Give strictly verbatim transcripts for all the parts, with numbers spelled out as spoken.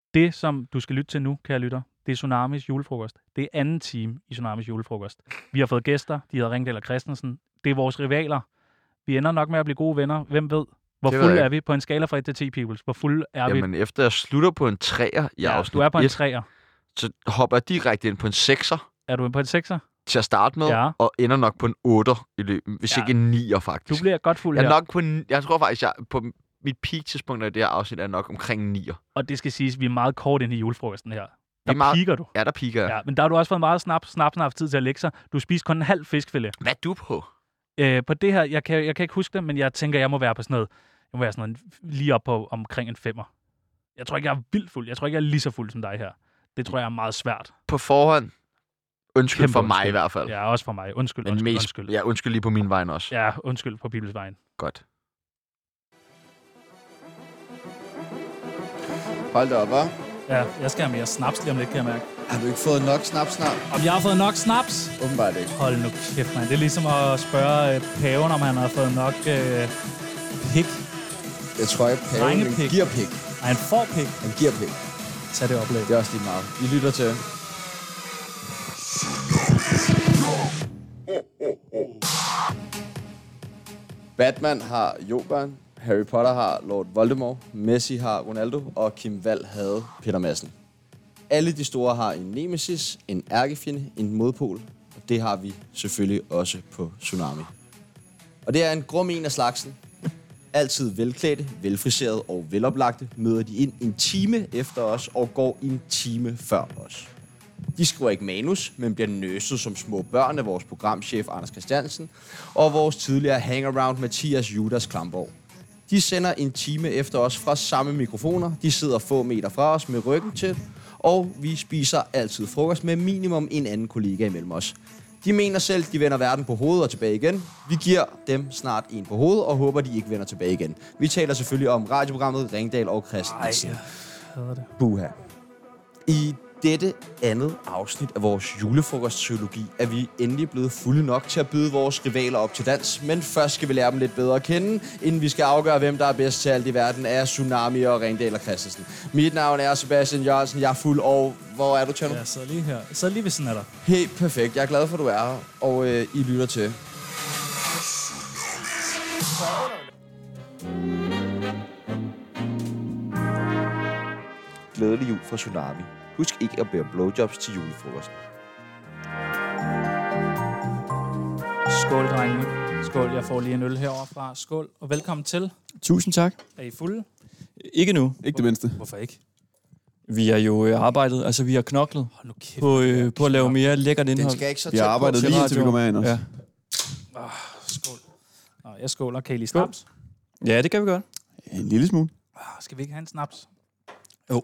Det, som du skal lytte til nu, kære lytter, det er Tsunamis julefrokost. Det er anden time i Tsunamis julefrokost. Vi har fået gæster, de hedder Ringdal og Christensen. Det er vores rivaler. Vi ender nok med at blive gode venner. Hvem ved? Hvor fulde er vi på en skala fra et til ti, peoples? Hvor fulde er Jamen, vi? Jamen, efter jeg slutter på en treer i ja, afsnit du er på en et, treer. så hopper jeg direkte ind på en sekser. Er du på en sekser? Til at starte med, ja. og ender nok på en otter i løbet. Hvis ja. ikke en nier, faktisk. Du bliver godt fuld jeg er her. nok på en, jeg tror faktisk, jeg på mit peak-tidspunkt af det her afsnit er nok omkring en nier. Og det skal siges, vi er meget kort inde i julefrokosten her. Der meget... piker du. Ja, der piker jeg. Ja, men der har du også fået meget snap, snap, snap tid til at lægge sig. Du spiser kun en halv fiskfilet. Hvad er du på? Øh, på det her, jeg kan, jeg kan ikke huske det, men jeg tænker, jeg må være på sådan noget, jeg må være sådan noget lige op på omkring en femmer. Jeg tror ikke, jeg er vildt fuld. Jeg tror ikke, jeg er lige så fuld som dig her. Det tror jeg er meget svært. På forhånd. Undskyld Kæmpe for mig undskyld. i hvert fald. Ja, også for mig. Undskyld, Men undskyld, mest, undskyld. Ja, undskyld lige på min vejen også. Ja, undskyld på Peoples vejen. Godt. Hold da op, hva'? Ja, jeg skal have mere snaps lige om lidt, kan jeg mærke. Har du ikke fået nok snaps snart? Om jeg har fået nok snaps? Åbenbart ikke. Hold nu kæft, man. Det er ligesom at spørge øh, paven, om han har fået nok øh, pik. Jeg tror ikke, paven giver pik. Nej, han får pik. Han giver pik. Tag det oplæg. Det er også lige meget. I lytter til. Batman har Jokeren, Harry Potter har Lord Voldemort, Messi har Ronaldo, og Kim Wall havde Peter Madsen. Alle de store har en nemesis, en ærkefjende, en modpol, og det har vi selvfølgelig også på Tsunami. Og det er en grum en af slagsen. Altid velklædte, velfriserede og veloplagte møder de ind en time efter os og går en time før os. De skriver ikke manus, men bliver nøset som små børn af vores programchef Anders Christiansen og vores tidligere hangaround Mathias Judas Klamborg. De sender en time efter os fra samme mikrofoner. De sidder få meter fra os med ryggen til, og vi spiser altid frokost med minimum en anden kollega imellem os. De mener selv, de vender verden på hovedet og tilbage igen. Vi giver dem snart en på hovedet og håber, de ikke vender tilbage igen. Vi taler selvfølgelig om radioprogrammet Ringdal og Christensen. Ej, jeg hader det. Buha. I dette andet afsnit af vores julefrokost-trilogi er vi endelig blevet fulde nok til at byde vores rivaler op til dans. Men først skal vi lære dem lidt bedre at kende, inden vi skal afgøre, hvem der er bedst til alt i verden af Tsunami og Ringdal og Christensen. Mit navn er Sebastian Jørgensen. Jeg er fuld, og hvor er du, Tjerno? Jeg sidder lige her. Jeg sidder lige ved siden af dig. Helt perfekt. Jeg er glad for, at du er her, og øh, I lytter til. Glædelig jul fra Tsunami. Husk ikke at bære blowjobs til julefrokosten. Skål, drenge. Skål, jeg får lige en øl herovre fra. Skål, og velkommen til. Tusind tak. Er I fulde? Ikke nu. Ikke det mindste. Hvorfor ikke? Vi har jo øh, arbejdet, altså vi har knoklet Hold nu kæft. på, øh, på at lave mere lækkert indhold. Den skal ikke så Vi tæt har på arbejdet til lige radio. indtil vi kommer ind også. Ja. Oh, skål. Nå, jeg skåler. Kan I lige snaps? Ja, det kan vi godt. En lille smule. Oh, skal vi ikke have en snaps? Jo.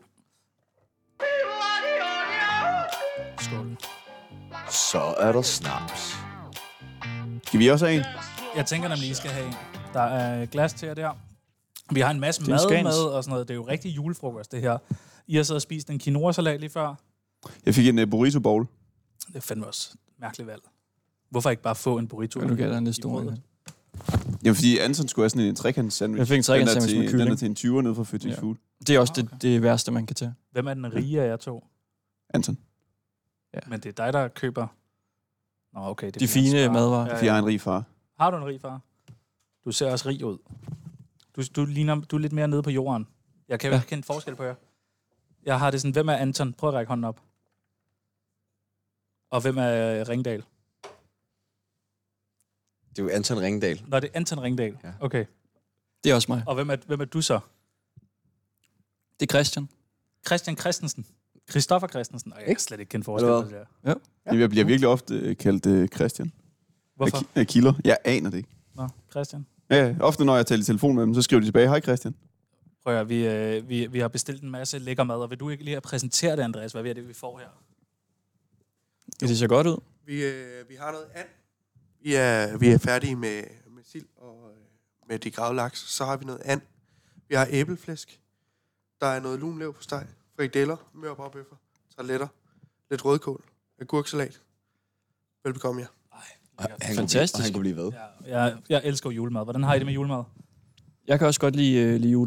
Skål. Så er der snaps. Skal vi også have en? Jeg tænker nemlig, I skal have en. Der er glas til jer der. Vi har en masse Det er mad Scans. med og sådan noget. Det er jo rigtig julefrokost, det her. I har siddet og spist en quinoa-salat lige før. Jeg fik en uh, burrito bowl. Det er fandme også et mærkeligt valg. Hvorfor ikke bare få en burrito? Kan du gætte en lidt i stor? brødet? Jamen, fordi Anton skulle have sådan en trekant sandwich. Jeg fik en trekantssandwich med Den er kylling. til en tyver nede fra Føtex Ja. Food. Det er også det, det værste, man kan tage. Hvem er den rige af jer to? Anton. Ja. Men det er dig, der køber... Nå, okay. Det er De fordi, han fine sparer. madvarer. Ja, For jeg er en rig far. Har du en rig far? Du ser også rig ud. Du, du, ligner, du er lidt mere nede på jorden. Jeg kan jo Ja. ikke kende forskel på jer. Jeg har det sådan, hvem er Anton? Prøv at række hånden op. Og hvem er Ringdal? Det er jo Anton Ringdal. Nå, det er Anton Ringdal. Ja. Okay. Det er også mig. Og hvem er, hvem er du så? Det er Christian. Christian Christensen. Christoffer Christensen. Ej, jeg kan slet ikke kende forskel Eller på det der. Ja. Jeg bliver virkelig ofte uh, kaldt uh, Christian. Hvorfor? Af, af kilder. Jeg aner det ikke. Nå, Christian. Ja, ofte når jeg taler i telefon med dem, så skriver de tilbage, hej Christian. Prøv at høre, vi, øh, vi, vi har bestilt en masse lækker mad, og vil du ikke lige præsentere det, Andreas? Hvad er det, vi får her? Det ser godt ud. Vi, øh, vi har noget and. Vi er, vi er færdige med, med sild og øh, med de gravede laks. Så har vi noget and. Vi har æbleflæsk. Der er noget lunlev på steg. Frikadeller, mørbrødbøffer, tarteletter, lidt rødkål, agurksalat. Velbekomme jer. Ej, Han Fantastisk. Kunne, og han kunne blive ved. Ja, jeg, jeg elsker julemad. Hvordan har I det med julemad? Jeg kan også godt lide, øh, lide julemad.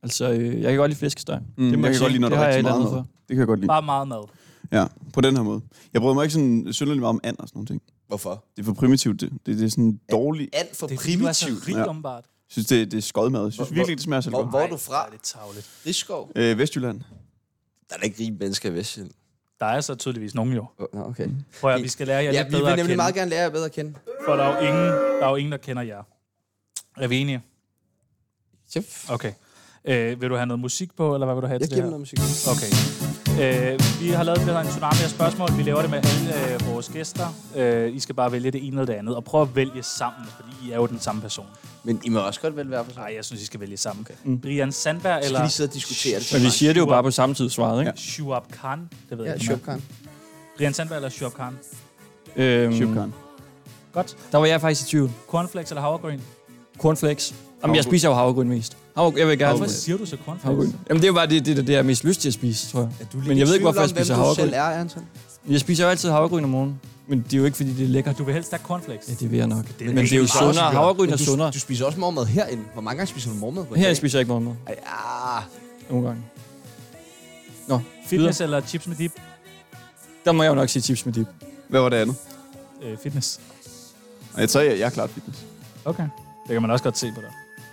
Altså, øh, jeg kan godt lide flæskesteg. Mm, det må jeg kan sige. godt lide, når det der er har jeg rigtig et meget andet mad. for. Det kan jeg godt lide. Bare meget mad. Ja, på den her måde. Jeg bryder mig ikke sådan synderligt meget om and og sådan nogle ting. Hvorfor? Det er for primitivt, det. Det, det er sådan dårligt. Alt for Det er fordi, du er så primitivt. rig, Ja. åbenbart. Jeg synes, det, det er skodmad. Jeg synes Hvor- virkelig, det smager så Hvor, godt. hvor er du fra? Det er lidt tavligt. Rigskov? Øh, Vestjylland. Der er da ikke rige mennesker i Vestjylland. Der er så tydeligvis nogen jo. Oh, no, okay. Prøv at vi skal lære jer Ja, lidt vi bedre vil at nemlig kende. meget gerne lære jer bedre at kende. For der er, jo ingen, der er jo ingen, der kender jer. Er vi enige? Chef. Okay. Øh, vil du have noget musik på, eller hvad vil du have Jeg til giver det mig her? noget musik. Okay. Øh, vi har lavet det der en tsunami af spørgsmål. Vi laver det med alle øh, vores gæster. Øh, I skal bare vælge det ene eller det andet. Og prøv at vælge sammen, fordi I er jo den samme person. Men I må også godt vel være for sig. Nej, jeg synes, I skal vælge sammen. Okay. Mm. Brian Sandberg Så eller skal de sidde og diskutere det. Men vi siger det jo bare på samme tid svaret, ikke? Shuab Khan? Det ved jeg Ja, ikke. Shuab hvem er. Khan. Brian Sandberg eller Shuab Khan? Øhm, Chipcorn. Godt. Der var jeg faktisk i tvivl. Cornflakes eller havregryn? Cornflakes. Jamen, jeg Havregryn. spiser jo havregryn mest. Havre, jeg vil gerne... Hvorfor siger du så cornflakes? Havregryn. Jamen, det er jo bare det, det, det, det jeg har mest lyst til at spise, tror jeg. Er du Men jeg ved ikke, hvorfor jeg spiser hvem du havregryn. selv er, Anton? Jeg spiser jo altid havregryn om morgenen. Men det er jo ikke, fordi det er lækkert. Du vil helst have cornflakes? Ja, det vil jeg nok. er Men det er jo ikke meget sundere. Havregryn er Men du, sundere. Du spiser også morgenmad herinde. Hvor mange gange spiser du morgenmad på en Her dag? spiser jeg ikke morgenmad. Ej, ah. Nogle gange. Nå, Fitness eller chips med dip? der må jeg jo nok sige chips med dip. Hvad var det andet? Øh, fitness. Og jeg tror, jeg, jeg er klart fitness. Okay. Det kan man også godt se på dig.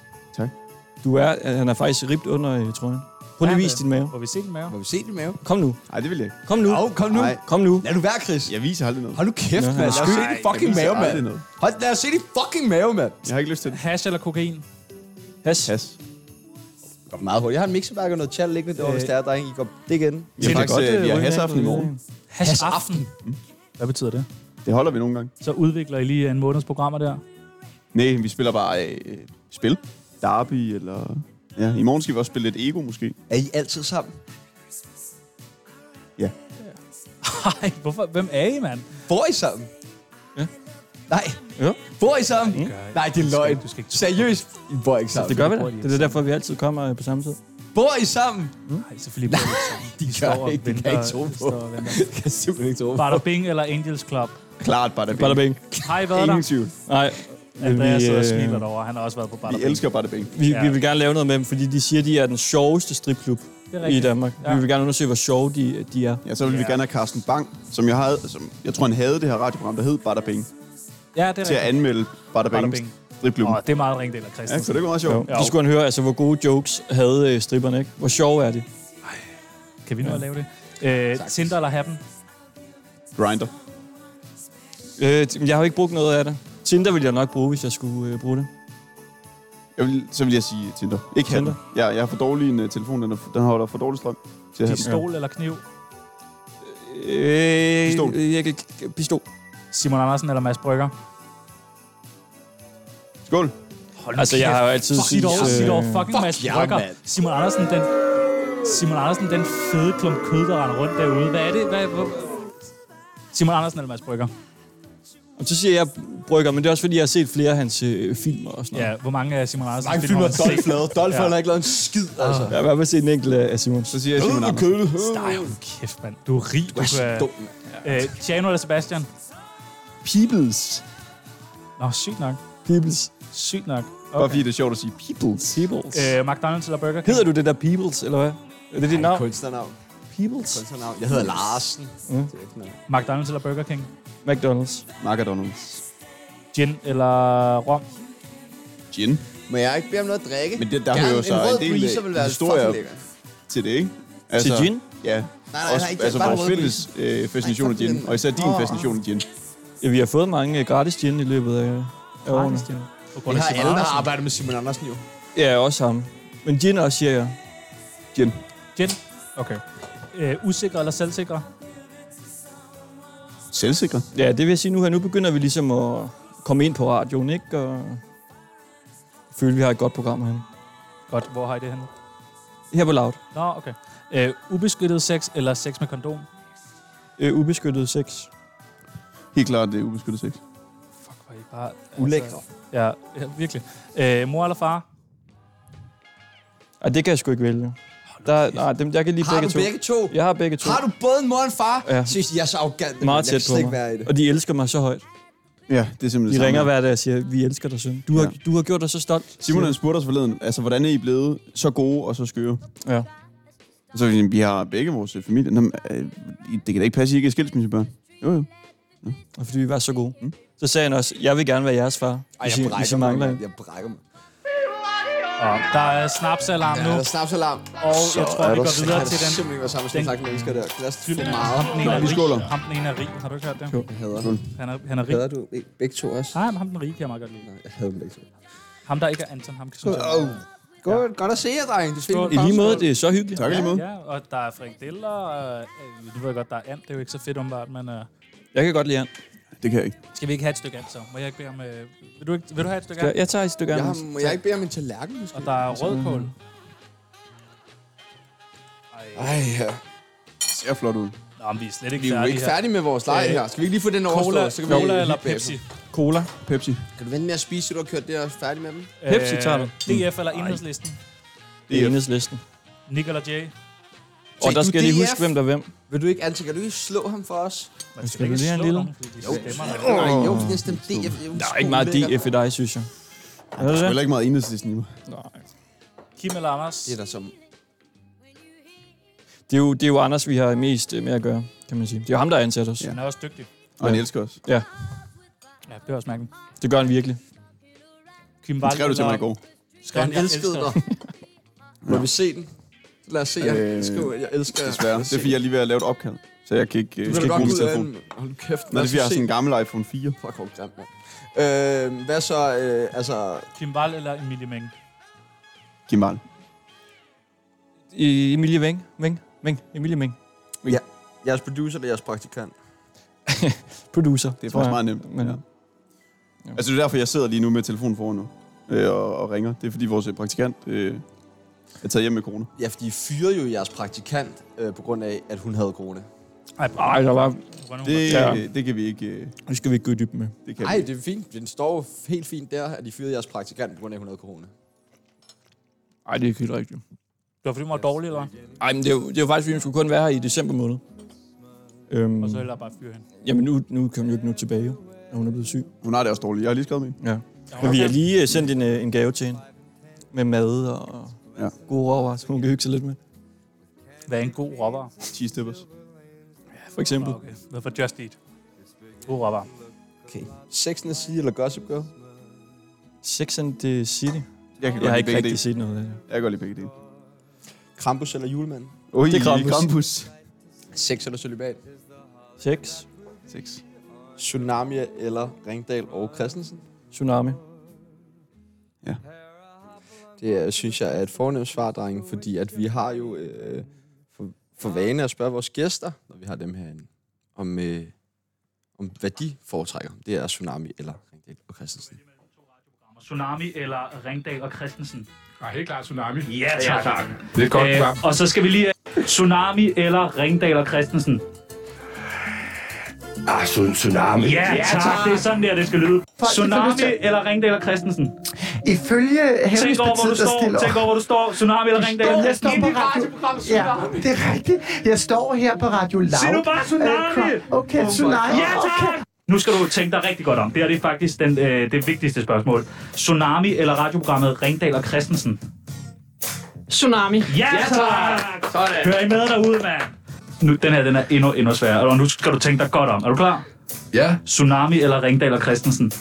Du er, han er faktisk ribt under øh, trøjen. Prøv lige Ja, at vise det- din mave. Må vi se din mave? Må vi se din mave? Kom nu. Nej, det vil jeg ikke. Kom nu. Au, kom nu. Nej. Kom nu. Lad du være, Chris. Jeg viser aldrig noget. Hold nu kæft, Nå, mand. han er Lad os se skyld. din fucking Jeg viser mave, aldrig mand. noget. Hold, lad os se din fucking mave, mand. Jeg har ikke lyst til det. Hash eller kokain? Has. Has. Går meget hurtigt. Jeg har en mixerbakke og noget chat liggende derovre, Øh. hvis det er, drenge. I går dig ind. Vi har faktisk øh, vi har hasaften i morgen. Hash aften. Hvad betyder det? Det holder vi nogle gange. Så udvikler I lige en måneds programmer der? Nej, vi spiller bare øh, spil. Derby, eller... Ja, i morgen skal vi også spille lidt Ego, måske. Er I altid sammen? Nej, hvorfor? Hvem er I, mand? Bor I sammen? Ja. Nej. Ja. Bor I sammen? Mm. Nej, det er løgn. Du skal ikke Seriøst? I bor ikke sammen. Det gør vi bor da. de Det er derfor, vi altid kommer øh, på samme tid. Bor I sammen? Nej, selvfølgelig bliver det ikke sammen. De gør ikke. Det kan jeg ikke tro på. Det kan jeg simpelthen ikke tro på. Bada Bing eller Angels Club? Klart bare det. Bada bing. Har I været Ingen der? tvivl. Nej. Andreas sidder og øh, smiler derovre. Han har også været på Bada Vi Bing. elsker bare det bing. Vi, Ja. vi vil gerne lave noget med dem, fordi de siger, de er den sjoveste stripklub Det er i rigtigt. Danmark. Ja. Vi vil gerne undersøge, hvor sjove de, de er. Ja, så vil vi Ja. gerne have Carsten Bang, som jeg havde, som jeg tror, han havde det her radioprogram, der hed Bada Bing, Ja, det er til at rigtigt. anmelde Bada Bada Bing Bing. stripklubben. Åh, det er meget ringdel af Ja, Christian. så det går meget Jo. sjovt. Jo. Så skulle han høre, altså, hvor gode jokes havde øh, stripperne, ikke? Hvor sjove er de? Kan vi nu at lave det? Øh, Tinder eller Happen? Grinder. Øh, t- jeg har jo ikke brugt noget af det. Tinder ville jeg nok bruge, hvis jeg skulle øh, bruge det. Jeg vil, så vil jeg sige Tinder. Ikke Tinder. Tinder. Jeg, jeg har for dårlig en uh, telefon, den, er, den holder for dårlig strøm til at have den. Pistol eller kniv? Øh, Pistol. øh, Jeg kan, pistol. Simon Andersen eller Mads Brygger? Skål. Hold nu Altså, jeg kæft. har jo altid Fuck, sig dog, synes, sig dog øh, fucking fuck Mads jer, Brygger. mand. Simon Andersen, den... Simon Andersen, den fede klump kød, der render rundt derude. Hvad er det? Hvad, hvor... Simon Andersen eller Mads Brygger? Og så siger jeg Brygger, men det er også fordi, jeg har set flere af hans øh, filmer og sådan noget. Ja, hvor mange af Simon Andersens Mange filmer er har man set? dolflade. Dolflade Ja. har ikke lavet en skid, altså. Jeg har i hvert fald set en enkelt af Simons. Så siger jeg Simon Andersen. kødet. Nej, hold kæft, mand. Du er rig. Du Du er så kan... dum. Øh, Tjano eller Sebastian? Peoples. Nå, sygt nok. Peoples. Sygt nok. Bare Okay. fordi det er sjovt at sige Peoples. Peoples. Øh, McDonald's eller Burger King? Hedder du det der Peoples, eller hvad? Er det dit navn? Kunstnernavn. Peoples. Kunstnernavn. Jeg hedder Larsen. Mm. Det er ikke noget. McDonald's eller Burger King? McDonald's. McDonald's. Gin eller rom? Gin. Må jeg ikke bede om noget at drikke? Men det, der Gerne hører jo en så rød en del breezer vil være historier fucking lækker. til det, ikke? Til gin? Ja. Nej, nej, Også, nej, ikke altså bare en vores rød fælles øh, fascination af fuck gin. den. Og især din Åh. fascination af gin. Ja, vi har fået mange øh, gratis gin i løbet af, af årene. Gratis gin. På grund Det af har Simon alle, der Andersen. har arbejdet med Simon Andersen jo. Ja, også ham. Men gin også, siger jeg. Gin. Gin? Okay. Øh, usikre eller selvsikre? Selvsikre. Ja, det vil jeg sige nu her. Nu begynder vi ligesom at komme ind på radioen, ikke? Og jeg føler, vi har et godt program herinde. Godt, hvor har I det henne? Her på Loud. Nå, okay. Øh, ubeskyttet sex eller sex med kondom? Øh, ubeskyttet sex. Helt klart, det er ubeskyttet sex. Fuck, hvor er I bare... Ulækre. Ja, ja, virkelig. Øh, mor eller far? Ej, det kan jeg sgu ikke vælge. Der, nej, dem, jeg kan lide Har begge du to. begge to? Jeg har begge to. Har du både en mor og en far? Ja. Synes, jeg er så arrogant. Meget jeg kan tæt på slet ikke mig. være i det. Og de elsker mig så højt. Ja, det er simpelthen De ringer hver dag og siger, vi elsker dig, søn. Du har, Ja. du har gjort dig så stolt. Simon han spurgte os forleden, altså hvordan er I blevet så gode og så skøre? Ja. Og så vi, vi har begge vores familie. Nå, øh, det kan da ikke passe, at I ikke er skilsmissebørn. Jo, jo. Og fordi vi var så gode. Mm. Så sagde han også, jeg vil gerne være jeres far. Ej, hvis jeg I- brækker hvis I mig, mangler mand. en. Jeg brækker mig. Og der er snapsalarm Ja, nu, der er snapsalarm. og jeg tror, vi går Jeg videre kan til den. simpelthen ikke være sammen med sådan en slags mennesker der. Glas for Ham meget. den ene er vi skåler. rig. Ham den ene er rig. Har du ikke hørt det? Jeg hader den. Han er, han er rig. Hader du ikke begge to også? Nej, men ham den rige kan jeg meget godt lide. Nej, jeg hader dem begge to. Ham der ikke er Anton, ham kan synes jeg. Oh. Godt, godt at se jer, dreng. Du Skål. I lige måde, det er så hyggeligt. Tak i lige måde. Ja, og der er frikadeller, og øh, du ved godt, der er and. Det er jo ikke så fedt umiddelbart, men øh, Jeg kan godt lide han. Det kan jeg ikke. skal vi ikke have et stykke and så? Må jeg ikke bede om... Øh, vil, du ikke, vil du have et stykke Jeg, and? jeg tager et stykke Jeg andet. har, må jeg ikke bede om en tallerken, måske? Og der er rødkål. Ej. Ej, ja. Det ser flot ud. Nå, men vi er slet ikke Vi er jo færdige ikke her. færdige med vores leg Øh, her. Skal vi ikke lige få den Cola, overstået? Så kan vi cola eller hygge bagefter. Pepsi? Cola. Pepsi. Kan du vente med at spise, til du har kørt det og er færdig med dem? Pepsi tager du. D F eller Enhedslisten? Det er enhedslisten. Nick eller Jay? Og der du skal jeg lige D F? huske, hvem der er hvem. Vil du ikke, Anton, kan du ikke slå ham for os? Man Skal du ikke lige have en slå lille? nogen, fordi de stemmer der. Nej, jo, fordi jeg stemte D F. Der er ikke meget D F i dig, synes jeg. Er det Der er det? heller ikke meget enhedslisten i mig. Nej. Kim eller Anders? Det er der som... Det er, jo, det er jo Anders, vi har mest øh, med at gøre, kan man sige. Det er jo ham, der har ansat os. Ja. Han er også dygtig. Og han elsker os. Ja, det er også mærkeligt. Det gør han virkelig. Kim Det Wall skrev du til mig i eller- går. Skrev Han jeg elskede dig. Må vi se den? Lad os se jer. Øh, Skriv, jeg elsker jer. Desværre. Det er fordi, jeg er lige ved at lave et opkald. Så jeg kan ikke, Du øh, kan skal da ikke godt bruge gå min ud af telefon. den. Hold kæft. Nå, det er fordi, jeg har sådan en gammel iPhone fire. Fuck, hvor grimt, mand. Øh, hvad så, øh, altså... Kim Wall eller Emilie Meng? Kim Wall. I Emilie Veng. Veng. Veng. Emilie Veng. Jeres producer eller jeres praktikant? Producer. Det er tror faktisk jeg. meget nemt. Men, Ja. Altså, det er derfor, jeg sidder lige nu med telefonen foran nu. Øh, og, og ringer. Det er fordi, vores praktikant øh, er taget hjem med corona. Ja, fordi I fyrede jo jeres praktikant, øh, på grund af, at hun havde corona. Ej, Ej, der var... Det, Ja. ja. det kan vi ikke... Øh, Det skal vi ikke gå i dybden med. det kan Nej, vi. det er fint. Den står jo helt fint der, at I fyrede jeres praktikant, på grund af, at hun havde corona. Nej, det er ikke helt rigtigt. Det var fordi, hun var dårlig, eller? Ej, men det er, jo, det er jo faktisk, fordi hun skulle kun være her i december måned. Øhm, Og så hellere bare fyre hende. jamen, nu, nu kan hun jo ikke nå tilbage, jo, når hun er blevet syg. Hun har det også dårligt. Jeg har lige skrevet med hende. Ja. Men vi har lige øh, sendt en, øh, en gave til hende. Med mad og Ja. gode råvarer, så hun kan hygge sig lidt med. Hvad er en god råvarer? Cheese steppers. For eksempel. Okay. Hvad for Just Eat? God råvarer. Okay. Sex and the City eller Gossip Girl? Sex and the City. Jeg kan Jeg har godt lide ikke begge rigtig dele. set noget af det. Jeg kan godt lide begge dele. Krampus eller Julemanden? Ui, Det er Krampus. Krampus. Sex eller Cølibat? Sex. Seks. Tsunami eller Ringdal og Christensen? Tsunami. Det er, synes jeg er et fornemt svar, drenge, fordi at vi har jo øh, for, for vane at spørge vores gæster, når vi har dem herinde, om, øh, om hvad de foretrækker. Det er Tsunami eller Ringdal og Christensen. Tsunami eller Ringdal og Christensen? Nej, helt klart Tsunami. Ja, tak. tak. Det er et godt Øh, program. og så skal vi lige... Tsunami eller Ringdal og Christensen? Ah, så Tsunami. Ja, tak. Det er sådan der, det skal lyde. Tsunami eller Ringdal og Christensen? Ifølge Tænk over, hvor du Hemmelighedspartiet, der står. stiller... Tænk over, hvor du står. Tsunami eller Ringdal og Jeg står Christensen? på radio... Ja, det er rigtigt. Jeg står her på Radio Loud. Sig nu bare Tsunami! Øh, Okay, Tsunami. Ja, tak! Nu skal du tænke dig rigtig godt om. Det er det faktisk den, øh, det vigtigste spørgsmål. Tsunami eller radioprogrammet Ringdal og Christensen? Tsunami. Ja, tak! Sådan. Hør I med derude, mand? Nu, den her, den er endnu, endnu sværere. Og nu skal du tænke dig godt om. Er du klar? Ja. Tsunami eller Ringdal og Christensen?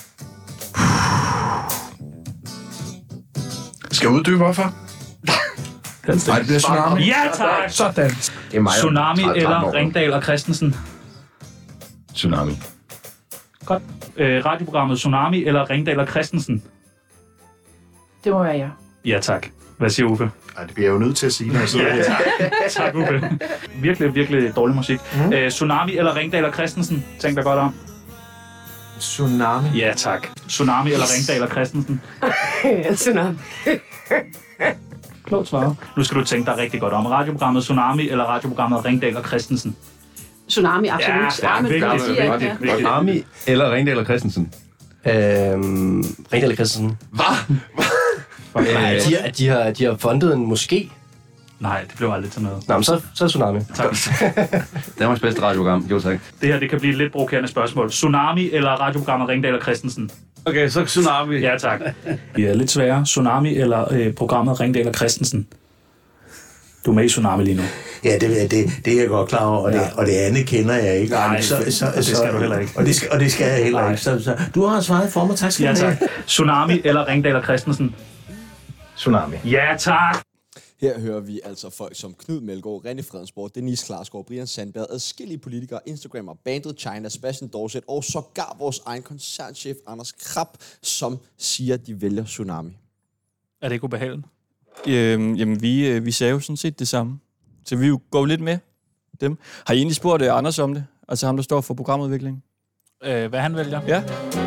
Skal jeg uddybe, hvorfor? Den Nej, det bliver Tsunami. Ja, tak! Sådan. Det er mig. Tsunami eller Ringdal og Christensen? Tsunami. Godt. Øh, radioprogrammet Tsunami eller Ringdal og Christensen? Det må være jeg. Ja, tak. Hvad siger Uffe? Ej, det bliver jeg jo nødt til at sige, når jeg sidder her. Tak, Uffe. Virkelig, virkelig dårlig musik. Mm. Øh, Tsunami eller Ringdal og Christensen? Tænk dig godt om. Tsunami. Ja, tak. Tsunami eller Ringdal og Christensen? Tsunami. Klogt svaret. Nu skal du tænke dig rigtig godt om. Radioprogrammet Tsunami eller radioprogrammet Ringdal og Christensen? Tsunami, absolut. Ja, men vigtigt, det siger jeg, vigtigt, ja. vigtigt. Tsunami eller Ringdal og Christensen? Øhm, Ringdal og Christensen. Hvad? Øh, de, har- de, har, de har fundet en moské Nej, det blev aldrig til noget. Nå, men så, så er Tsunami. Tak. Danmarks bedste radioprogram. Jo, tak. Det her, det kan blive et lidt provokerende spørgsmål. Tsunami eller radioprogrammet Ringdal og Christensen? Okay, så Tsunami. Ja, tak. Det er lidt sværere. Tsunami eller øh, programmet Ringdal og Christensen? Du er med i Tsunami lige nu. Ja, det, det, det er jeg godt klar over, og, ja. det, og det andet kender jeg ikke. Nej, så, så, så, det skal du heller ikke. Og det skal, og det skal jeg heller Nej. ikke. Så, så, du har svaret for mig, tak skal Ja, du have. tak. Tsunami eller Ringdal og Christensen? Tsunami. Ja, tak. Her hører vi altså folk som Knud Melgaard, René Fredensborg, Denise Klarsgaard, Brian Sandberg, adskillige politikere, Instagrammer, bandet China, Sebastian Dorset og sågar vores egen koncernchef Anders Krab, som siger, at de vælger Tsunami. Er det ikke ubehageligt? Øhm, jamen, vi, øh, vi sagde jo sådan set det samme. Så vi jo går lidt med dem. Har I egentlig spurgt uh, Anders om det? Altså ham, der står for programudvikling? Øh, hvad han vælger? Ja.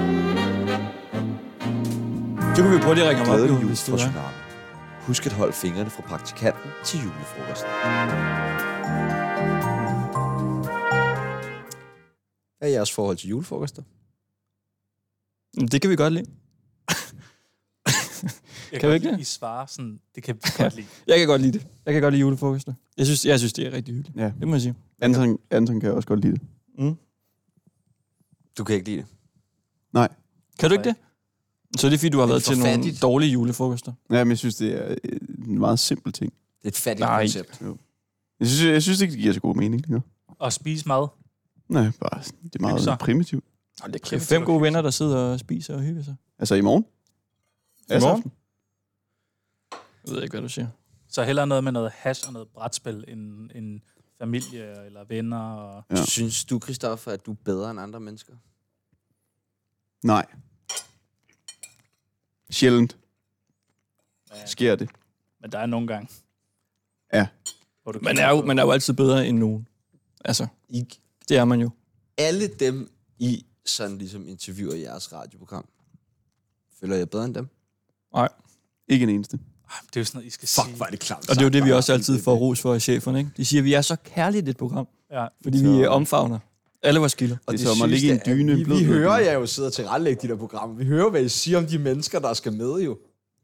Så kan vi prøve lige at ringe ham op. Glædelig nu, jul hvis det fra er. Tsunami. Husk at holde fingrene fra praktikanten til julefrokosten. Hvad er jeres forhold til julefrokoster? Jamen, det kan vi godt lide. Jeg kan vi ikke det? det? I svarer sådan, det kan vi godt lide. Jeg kan godt lide det. Jeg kan godt lide julefrokoster. Jeg synes, jeg synes det er rigtig hyggeligt. Ja. Det må jeg sige. Anton, Anton kan også godt lide det. Mm. Du kan ikke lide det? Nej. Kan du ikke det? Så er det fordi, du har Det er været for til nogle fattigt. dårlige julefrokoster. Ja, men jeg synes, det er en meget simpel ting. Det er et fattigt Nej. koncept. Jo. Jeg synes, jeg synes ikke, det giver så god mening. Ja. Og spise mad. Nej, bare, det er meget Hygge sig. primitivt. Det er fem gode venner, der sidder og spiser og hygger sig. Altså i morgen? I morgen? Jeg ved ikke, hvad du siger. Så hellere noget med noget hash og noget brætspil end, end familie eller venner. Og... Ja. Synes du, Christoffer, at du er bedre end andre mennesker? Nej. Sjældent Ja, sker det. men der er nogle gange. Ja. Hvor du Man er, jo, man er jo altid bedre end nogen. Altså, I, det er man jo. alle dem, I sådan ligesom interviewer i jeres radioprogram, føler jeg bedre end dem? Nej. Ikke en eneste. Det er jo sådan noget, I skal Fuck, sige. hvor er det klart. Og det er jo det, vi også altid får ros for af cheferne, ikke? De siger, at vi er så kærligt et program, Ja. fordi vi øh, omfavner alle vores kilder. Og Det er som at ligge i en sygeste er, dyne, Vi, blød vi blød hører dyne. jer jo sidde og tilrettelægge de der programmer. Vi hører, hvad I siger om de mennesker, der skal med jo.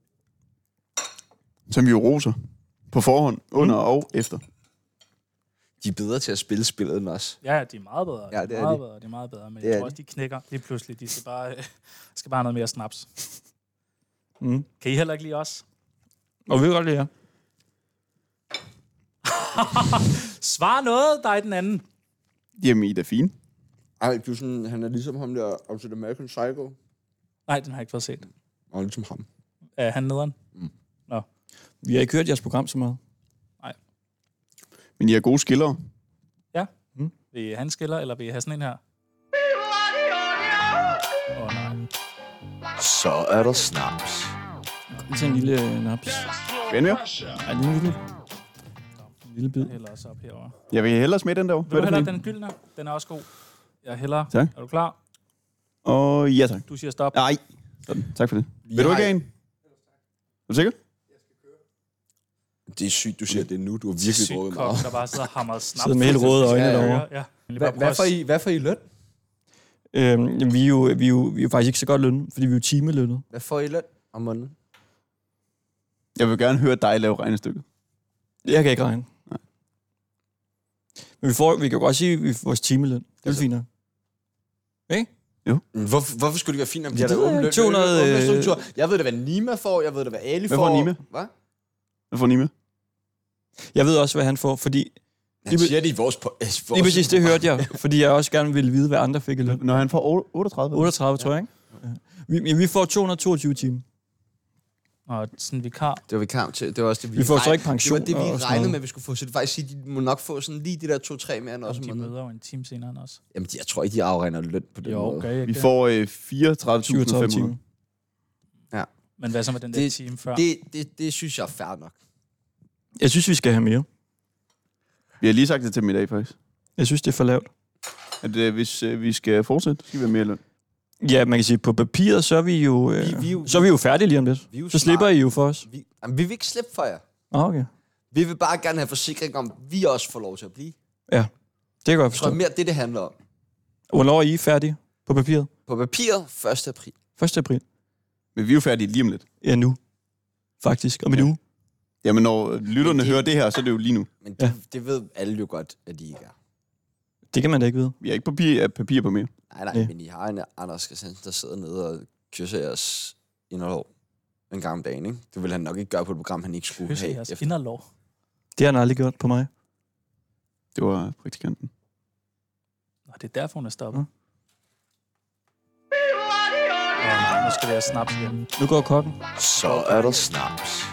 Som vi jo roser. På forhånd, under mm. og efter. De er bedre til at spille spillet end os. Ja, de er meget bedre. Ja, de det er er meget de. bedre, de er meget bedre. Men Det jeg er tror også, de knækker lige pludselig. De skal bare, øh, skal bare have noget mere snaps. Mm. Kan I heller ikke lide os? Og vi kan godt lide jer. Svar noget, der er den anden. Jamen, I er da fine. Ej, du er sådan, han er ligesom ham der, altså The American Psycho. Nej, den har jeg ikke fået set. Og ligesom ham. Er han nederen? Vi har ikke hørt jeres program så meget. Men I er gode skillere. Vil I have en skiller, eller vil I have sådan en her? Åh, oh, nej. Så er der snaps. Vi tager en lille øh, naps. Ven mere? Ej, en lille, en lille bid. Jeg hælder også op herovre. Jeg vil hellere smide den der. Vil du hellere den gyldne? Den er også god. Jeg hælder. Tak. Er du klar? Og ja, tak. Du siger stop. Nej. Sådan. Tak for det. Vi Vil du har- ikke have en? Er du sikker? Det er sygt, du siger det nu. Du har virkelig Sygt drukket kok, meget. der bare sidder og hammer snaps. Sidder med helt røde øjne Ja, ja, ja. derovre. Ja. Hvad, hvad, får I, hvad får I løn? Øhm, jamen, vi, er jo, vi, er jo, vi er jo faktisk ikke så godt lønnet, fordi vi er jo timelønnet. Hvad får I løn om måneden? Jeg vil gerne høre dig lave regnestykket. Jeg kan ikke regne. Nej. Men vi, får, vi kan jo godt sige, at vi får vores timeløn. Det er Altså- fint nok. Ikke? Hvorfor, hvorfor skulle det være fint, om de har Det der ved jeg åben løn? ikke. to hundrede, Åben øh, lønstruktur. Jeg ved da, hvad Nima får. Jeg ved da, hvad Ali Hvad får. får Nima? Hvad? Hvad får I med? Jeg ved også, hvad han får, fordi... Han siger det i vores... Po- vores Lige præcis, det hørte jeg, fordi jeg også gerne ville vide, hvad andre fik i løn. Når han får otteogtredive. otteogtredive, tror jeg, ikke? Ja. Vi, men vi får to hundrede og toogtyve timer. Og sådan en vikar. Det var vi kamp til. Det var også det, vi, Vi får så regn- ikke pension Det var det, vi og sådan regnede noget. med, at vi skulle få. Så det faktisk sige, de må nok få sådan lige de der to-tre mere end også. Og de om måneden. møder jo en time senere end os. Jamen, de, jeg tror ikke, de afregner løn på den Jo, måde. okay. Vi får øh, fireogtredive tusind syvogtredive fem hundrede. timer. Men hvad så med den der Det- time før? Det, det, det synes jeg er fair nok. Jeg synes, vi skal have mere. Vi har lige sagt det til dem i dag, faktisk. Jeg synes, det er for lavt. At øh, hvis øh, vi skal fortsætte, skal vi have mere løn. Ja, man kan sige, på papiret, så er vi jo, øh, Vi- vi er jo- så er vi jo færdige lige om lidt. Vi er jo Så slipper smarte. I jo for os. Vi, jamen, vi vil ikke slippe for jer. Ah, okay. Vi vil bare gerne have forsikring om, at vi også får lov til at blive. Ja, det kan jeg godt Jeg tror forstå. mere, det det handler om. Hvornår er I færdige på papiret? På papiret første april. første april. Men vi er jo færdige lige om lidt. Ja, nu. Faktisk. Om en Ja. uge. Jamen, når lytterne det- hører det her, så er det jo lige nu. Men det, ja. det ved alle jo godt, at de ikke er. Det kan man da ikke vide. Vi har ikke papir, papir på mere. Nej, nej, Ja. men I har en Anders Christiansen, der sidder nede og kysser jeres inderlov en gang om dagen, ikke? Det vil han nok ikke gøre på et program, han ikke skulle Kysse have. jeres Efter. inderlov. Det har han aldrig gjort på mig. Det var praktikanten. Nå, det er derfor, hun er stoppet. Ja. Åh, nej, nu skal vi have snaps igen. Nu går kokken. Så er der snaps.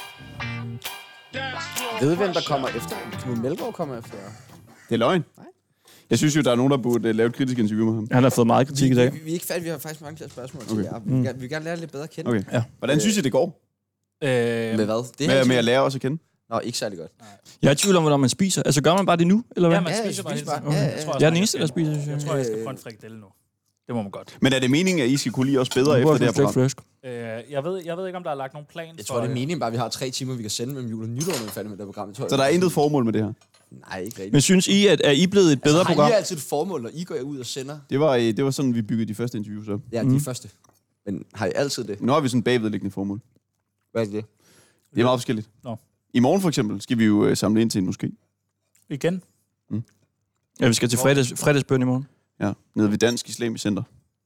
Ved I, hvem der kommer efter? Knud Melgaard kommer efter. Det er løgn. Nej. Jeg synes jo, der er nogen, der burde uh, lave et kritisk interview med ham. Han har fået meget kritik Vi, i dag. vi, vi er ikke færdige, vi har faktisk mange flere spørgsmål til Okay. jer. Vi, vil gerne, vi vil gerne lære lidt bedre at kende. Okay. Ja. Hvordan synes I, det går? Øh, Med hvad? Det Med, her med at lære os at kende? Nå, ikke særlig godt. Jeg er i tvivl om, hvordan man spiser. Altså, gør man bare det nu, eller hvad? ja, man Ja, spiser bare spiser hele tiden. bare. Ja, ja, ja. Jeg tror Jeg også, er den man eneste, kan- der spiser, synes jeg. Jeg tror, jeg skal få en frikadelle nu. Det må man godt. Men er det meningen, at I skal kunne lide os bedre Nu efter får det her du program? flæsk. Øh, jeg, ved, jeg ved ikke, om der er lagt nogen plan Jeg for... tror, det er øh, meningen bare, at vi har tre timer, vi kan sende mellem jul og nytår, når vi er færdige med det program. Jeg tror, Så der er intet formål med det her? Nej, ikke rigtigt. Men synes I, at er I blevet et bedre altså, program? har I altid et formål, når I går ud og sender? Det var, øh, det var sådan, vi byggede de første interviews op. Ja, Mhm. de første. Men har I altid det? Nu har vi sådan bagvedliggende formål. Hvad er det? Det er meget forskelligt. Nå. I morgen for eksempel skal vi jo øh, samle ind til en moské. Igen? Ja, vi skal til fredags, fredagsbøn i morgen. Ja, nede ved Dansk Islamisk Center.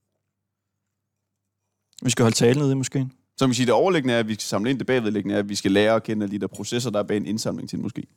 Vi skal holde tale nede i moskeen. Så man siger, det overliggende er, at vi skal samle ind. Det bagvedliggende er, at vi skal lære at kende alle de der processer, der er bag en indsamling til en moské.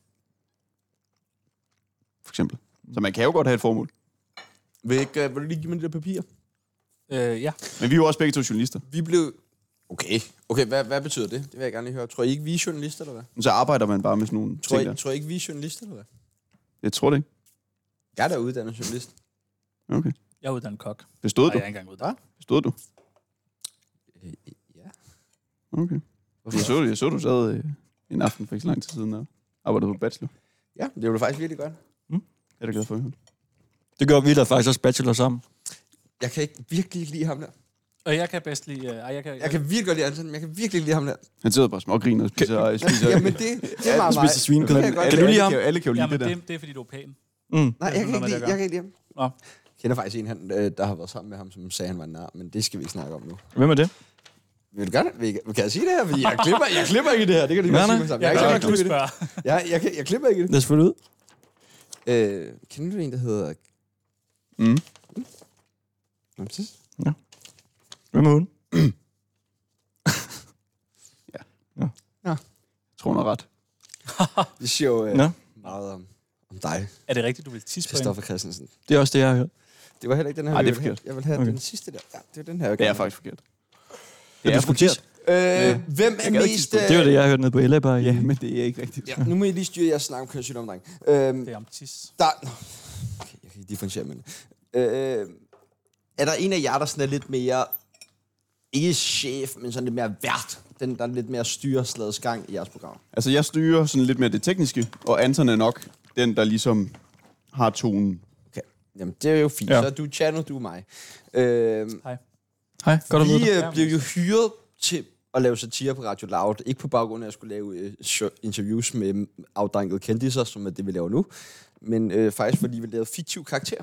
For eksempel. Så man kan jo godt have et formål. Vil, ikke, uh, vil du lige give mig det der papir? Øh, ja. Men vi er jo også begge to journalister. Vi blev... Okay, okay hvad, hvad betyder det? Det vil jeg gerne lige høre. Tror I ikke, vi er journalister, eller hvad? Så arbejder man bare med sådan nogle Tror ting I, der. tror I ikke, vi er journalister, eller hvad? Jeg tror det ikke. Jeg er da uddannet journalist. Okay. Jeg er uddannet kok. Bestod Nej, du? jeg er ikke engang uddannet. Bestod du? Øh, ja. Okay. Jeg så, jeg så du sad øh, en aften for ikke så lang tid siden og arbejdede på bachelor. Ja, det var faktisk virkelig godt. Jeg er da glad for at høre. Det gør vi da faktisk også bachelor sammen. Jeg kan ikke virkelig ikke lide ham der. Og jeg kan bedst lide... Øh, ej, jeg, kan, Jeg kan virkelig godt lide Anton, men jeg kan virkelig ikke lide ham der. Han sidder bare smågriner og spiser... og spiser Jamen, det, det er meget mig. Spiser svinekød. Det kan jeg godt Kan alle, du lide alle, ham? kan, alle kan jo lide Jamen, det der. det, det er, fordi du er pæn. Mm. Nej, Det er jeg kan sådan ikke noget, lide, der jeg kan ikke lide ham. Nå. Jeg kender faktisk en, han, øh, der har været sammen med ham, som sagde, han var en nar, men det skal vi ikke snakke om nu. Hvem er det? Vil du gerne? Vil, kan jeg sige det her? Fordi jeg klipper, jeg klipper ikke i det her. Det kan du Nej, godt sige nej. mig sammen. Jeg Jeg, kan jeg, godt jeg, du klipper i det. spørger. Jeg, jeg, jeg klipper ikke i det. Lad os få det ud. Øh, kender du en, der hedder... Mm. Nå, præcis. Hvem er hun? Jeg tror, hun har ret. Det siger jo øh, Nå. meget om, om dig, Er det rigtigt, du vil tisse på hende? Christoffer Christensen. Det er også det, jeg har hørt. Det var heller ikke den her, Ej, vi det er ville have. forkert. Jeg vil have Okay. den sidste der. Ja, det er den her. jeg Det er gerne faktisk forkert. Det er forkert. Øh, Ja. hvem er Jeg gad ikke mest... sige Øh, Det var det, jeg har hørt nede på Ella bare. Ja, men det er ikke rigtigt. ja, nu må I lige styre jeres snak om kønssygdom, dreng. Øhm, Det er om tis. der... Nå, okay, jeg kan ikke differentiere med det. Øh, er der en af jer, der sådan er lidt mere... Ikke chef, men sådan lidt mere vært? Den, der er lidt mere styrer slagets gang i jeres program. Altså, jeg styrer sådan lidt mere det tekniske, og Anton er nok den, der ligesom har tonen. Okay, jamen det er jo fint. Ja. Ja. Så er du Chano, du er mig. Øh, Hej, godt at vide vi dig. øh, blev jo hyret til at lave satire på Radio Loud. Ikke på baggrund af, at jeg skulle lave øh, show- interviews med afdankede kendiser, som er det, vi laver nu. Men øh, faktisk, fordi vi lavede fiktive karakterer.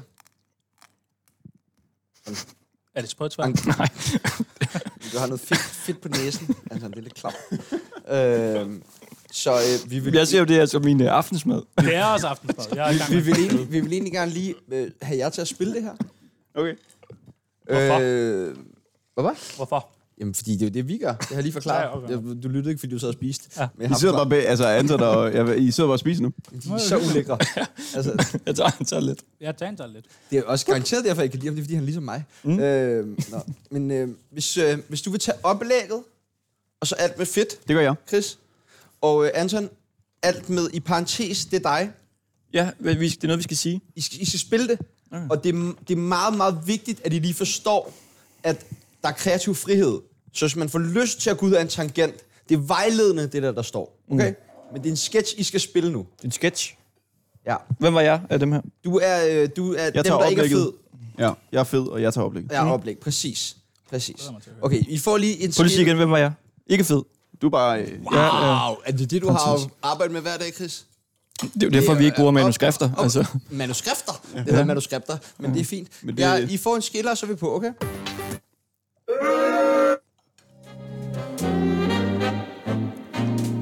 Er det sprøjtsvær? Nej. Du har noget fedt, fedt på næsen. Altså, det er lidt klap. øh, så øh, vi vil... Jeg ser jo det her som min uh, aftensmad. Det er også aftensmad. Jeg er i gang vi, med vi, vil egentlig, vi vil egentlig gerne lige øh, have jer til at spille det her. Okay. Hvorfor? Øh, hvad var? Hvorfor? Jamen, fordi det er jo det, vi gør. Det har jeg lige forklaret. Ja, okay. Jeg- Du lyttede ikke, fordi du sad og spiste. Ja. Men jeg I har sidder bare forklaret- bag, altså Anton og... Jeg, I sidder bare og spiser nu. De er så ulækre. Altså, Jeg tager, jeg tager lidt. Jeg tager en tager lidt. det er også garanteret derfor, jeg kan lide ham. Det er, fordi han er ligesom mig. Mm. Øh, nå. Men øh, hvis, øh, hvis du vil tage oplægget, og så alt med fedt, Det gør jeg. Chris, og øh, Anton, alt med i parentes, det er dig. Ja, vi- det er noget, vi skal sige. I skal, I skal spille det, Okay. og det er, det er meget, meget vigtigt, at I lige forstår, at der er kreativ frihed. Så hvis man får lyst til at gå ud af en tangent, det er vejledende, det der, der står. Okay? Mm. Men det er en sketch, I skal spille nu. Det er en sketch. Ja. Hvem var jeg af dem her? Du er, øh, du er dem, tager der ikke er oplægget. fed. Ja, jeg er fed, og jeg tager oplægget. Ja, oplæg. Præcis. Præcis. Glæder mig til at høre. Okay, I får lige en Prøv lige at sige igen, hvem var jeg? Ikke fed. Du er bare... Øh, Wow, Ja, er det det, du har arbejdet med hver dag, Chris? Det er jo derfor, vi ikke bruger manuskrifter. Op, Altså. Manuskrifter? Det hedder manuskrifter, men det er fint. Men det- Ja, I får en skiller, så er vi på, okay?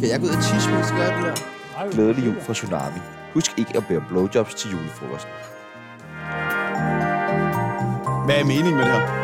Kan jeg gå ud og tisse, mens jeg gør det der? Glædelig jul fra Tsunami. Husk ikke at bære blowjobs til julefrokosten. Hvad er meningen med det her?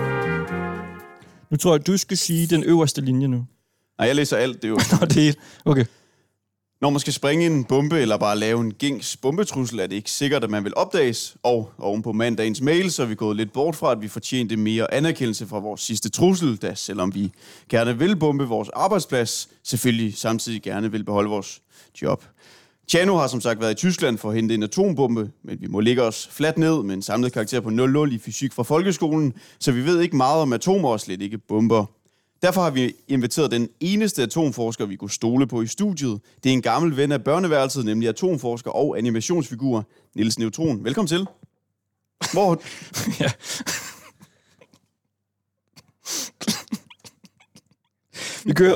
Nu tror jeg, du skal sige den øverste linje nu. Nej, jeg læser alt. Det er jo... Nå, det er... Okay. Når man skal springe en bombe eller bare lave en gængs bombetrussel, er det ikke sikkert, at man vil opdages. Og oven på mandagens mail, så er vi gået lidt bort fra, at vi fortjente mere anerkendelse fra vores sidste trussel, da selvom vi gerne vil bombe vores arbejdsplads, selvfølgelig samtidig gerne vil beholde vores job. Tjano har som sagt været i Tyskland for at hente en atombombe, men vi må ligge os fladt ned med en samlet karakter på nul nul i fysik fra folkeskolen, så vi ved ikke meget om atomer og slet ikke bomber. Derfor har vi inviteret den eneste atomforsker, vi kunne stole på i studiet. Det er en gammel ven af børneværelset, nemlig atomforsker og animationsfigur, Niels Neutron. Velkommen til. Hvor... ja. Vi kører...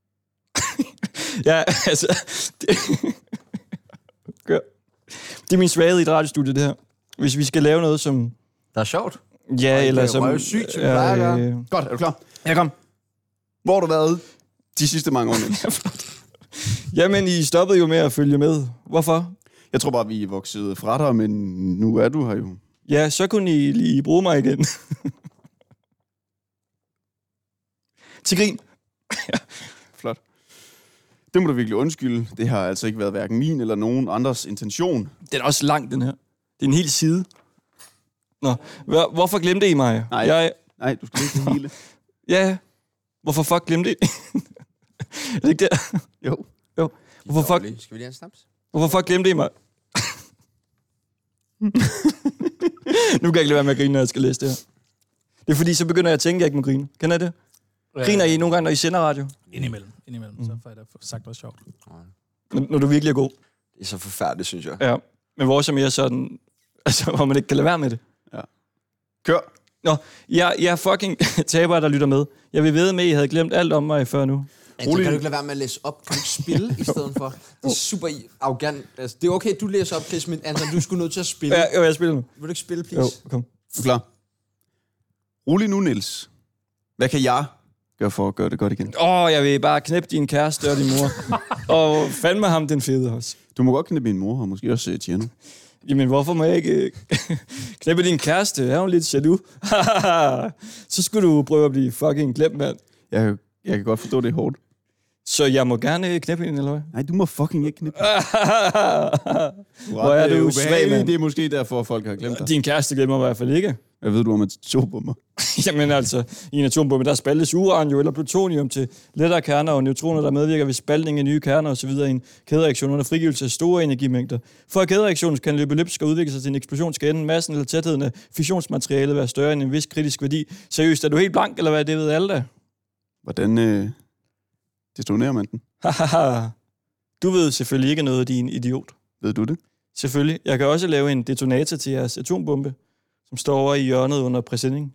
ja, altså... Det... Gør. Det er min svaghed i et radiostudie, det her. Hvis vi skal lave noget, som... Der er sjovt. Ja, eller som... Det er sygt, som vi plejer at gøre. Godt, er du klar? Ja, kom. Hvor har du været de sidste mange år, Niels? Jamen, I stoppede jo med at følge med. Hvorfor? Jeg tror bare, vi er vokset fra dig, men nu er du her jo. Ja, så kunne I lige bruge mig igen. Til grin. Flot. Det må du virkelig undskylde. Det har altså ikke været hverken min eller nogen andres intention. Den er også lang, den her. Det er en hel side. Nå, Hvor, hvorfor glemte I mig? Nej, Jeg... nej du skal læse det hele. Ja, hvorfor fuck glemte I? Er det ikke det? Jo. Jo. Hvorfor fuck... Skal vi lige have en snaps? Hvorfor fuck glemte I mig? Nu kan jeg ikke lade være med at grine, når jeg skal læse det her. Det er fordi, så begynder jeg at tænke, at jeg ikke må grine. Kender I det? Griner I nogle gange, når I sender radio? Indimellem. Indimellem, mm. så får jeg da sagt noget sjovt. Når, når du virkelig er god. Det er så forfærdeligt, synes jeg. Ja, men vores er mere sådan, altså, hvor man ikke kan lade være med det. Ja. Kør. Nå, jeg, jeg er fucking tabere, der lytter med. Jeg vil vide med, at I havde glemt alt om mig før nu. Altså, kan du ikke lade være med at læse op? Kan du ikke spille i stedet for? Det er super arrogant. Altså, det er okay, du læser op, Chris, men Anton, du skulle nødt til at spille. Ja, jo, jeg spiller nu. Vil du ikke spille, please? Jo, kom. Er du klar? Rolig nu, Niels. Hvad kan jeg gøre for at gøre det godt igen? Åh, oh, jeg vil bare knæppe din kæreste og din mor. Og fandme ham den fede også. Du må godt knæppe min mor, og måske også uh, Tjerno. Jamen, hvorfor må jeg ikke knæppe din kæreste? Er hun lidt jaloux? Så skulle du prøve at blive fucking glemt, mand. Jeg, jeg kan godt forstå, det er hårdt. Så jeg må gerne knæppe hende, eller hvad? Nej, du må fucking ikke knæppe. Hvor er du svag, mand. Det er måske derfor, folk har glemt dig. Din kæreste glemmer i hvert fald ikke. Hvad ved du om atombomber? Jamen altså, i en atombombe, der spaltes uran jo, eller plutonium til lettere kerner og neutroner, der medvirker ved spaltning af nye kerner osv. i en kædereaktion under frigivelse af store energimængder. For at kædereaktionen kan løbe løbsk og udvikle sig til en eksplosion, skal enten massen eller tætheden af fissionsmaterialet være større end en vis kritisk værdi. Seriøst, er du helt blank, eller hvad? Det ved alle da. Hvordan øh, detonerer man den? Du ved selvfølgelig ikke noget, din idiot. Ved du det? Selvfølgelig. Jeg kan også lave en detonator til jeres atombombe, som står over i hjørnet under præsending.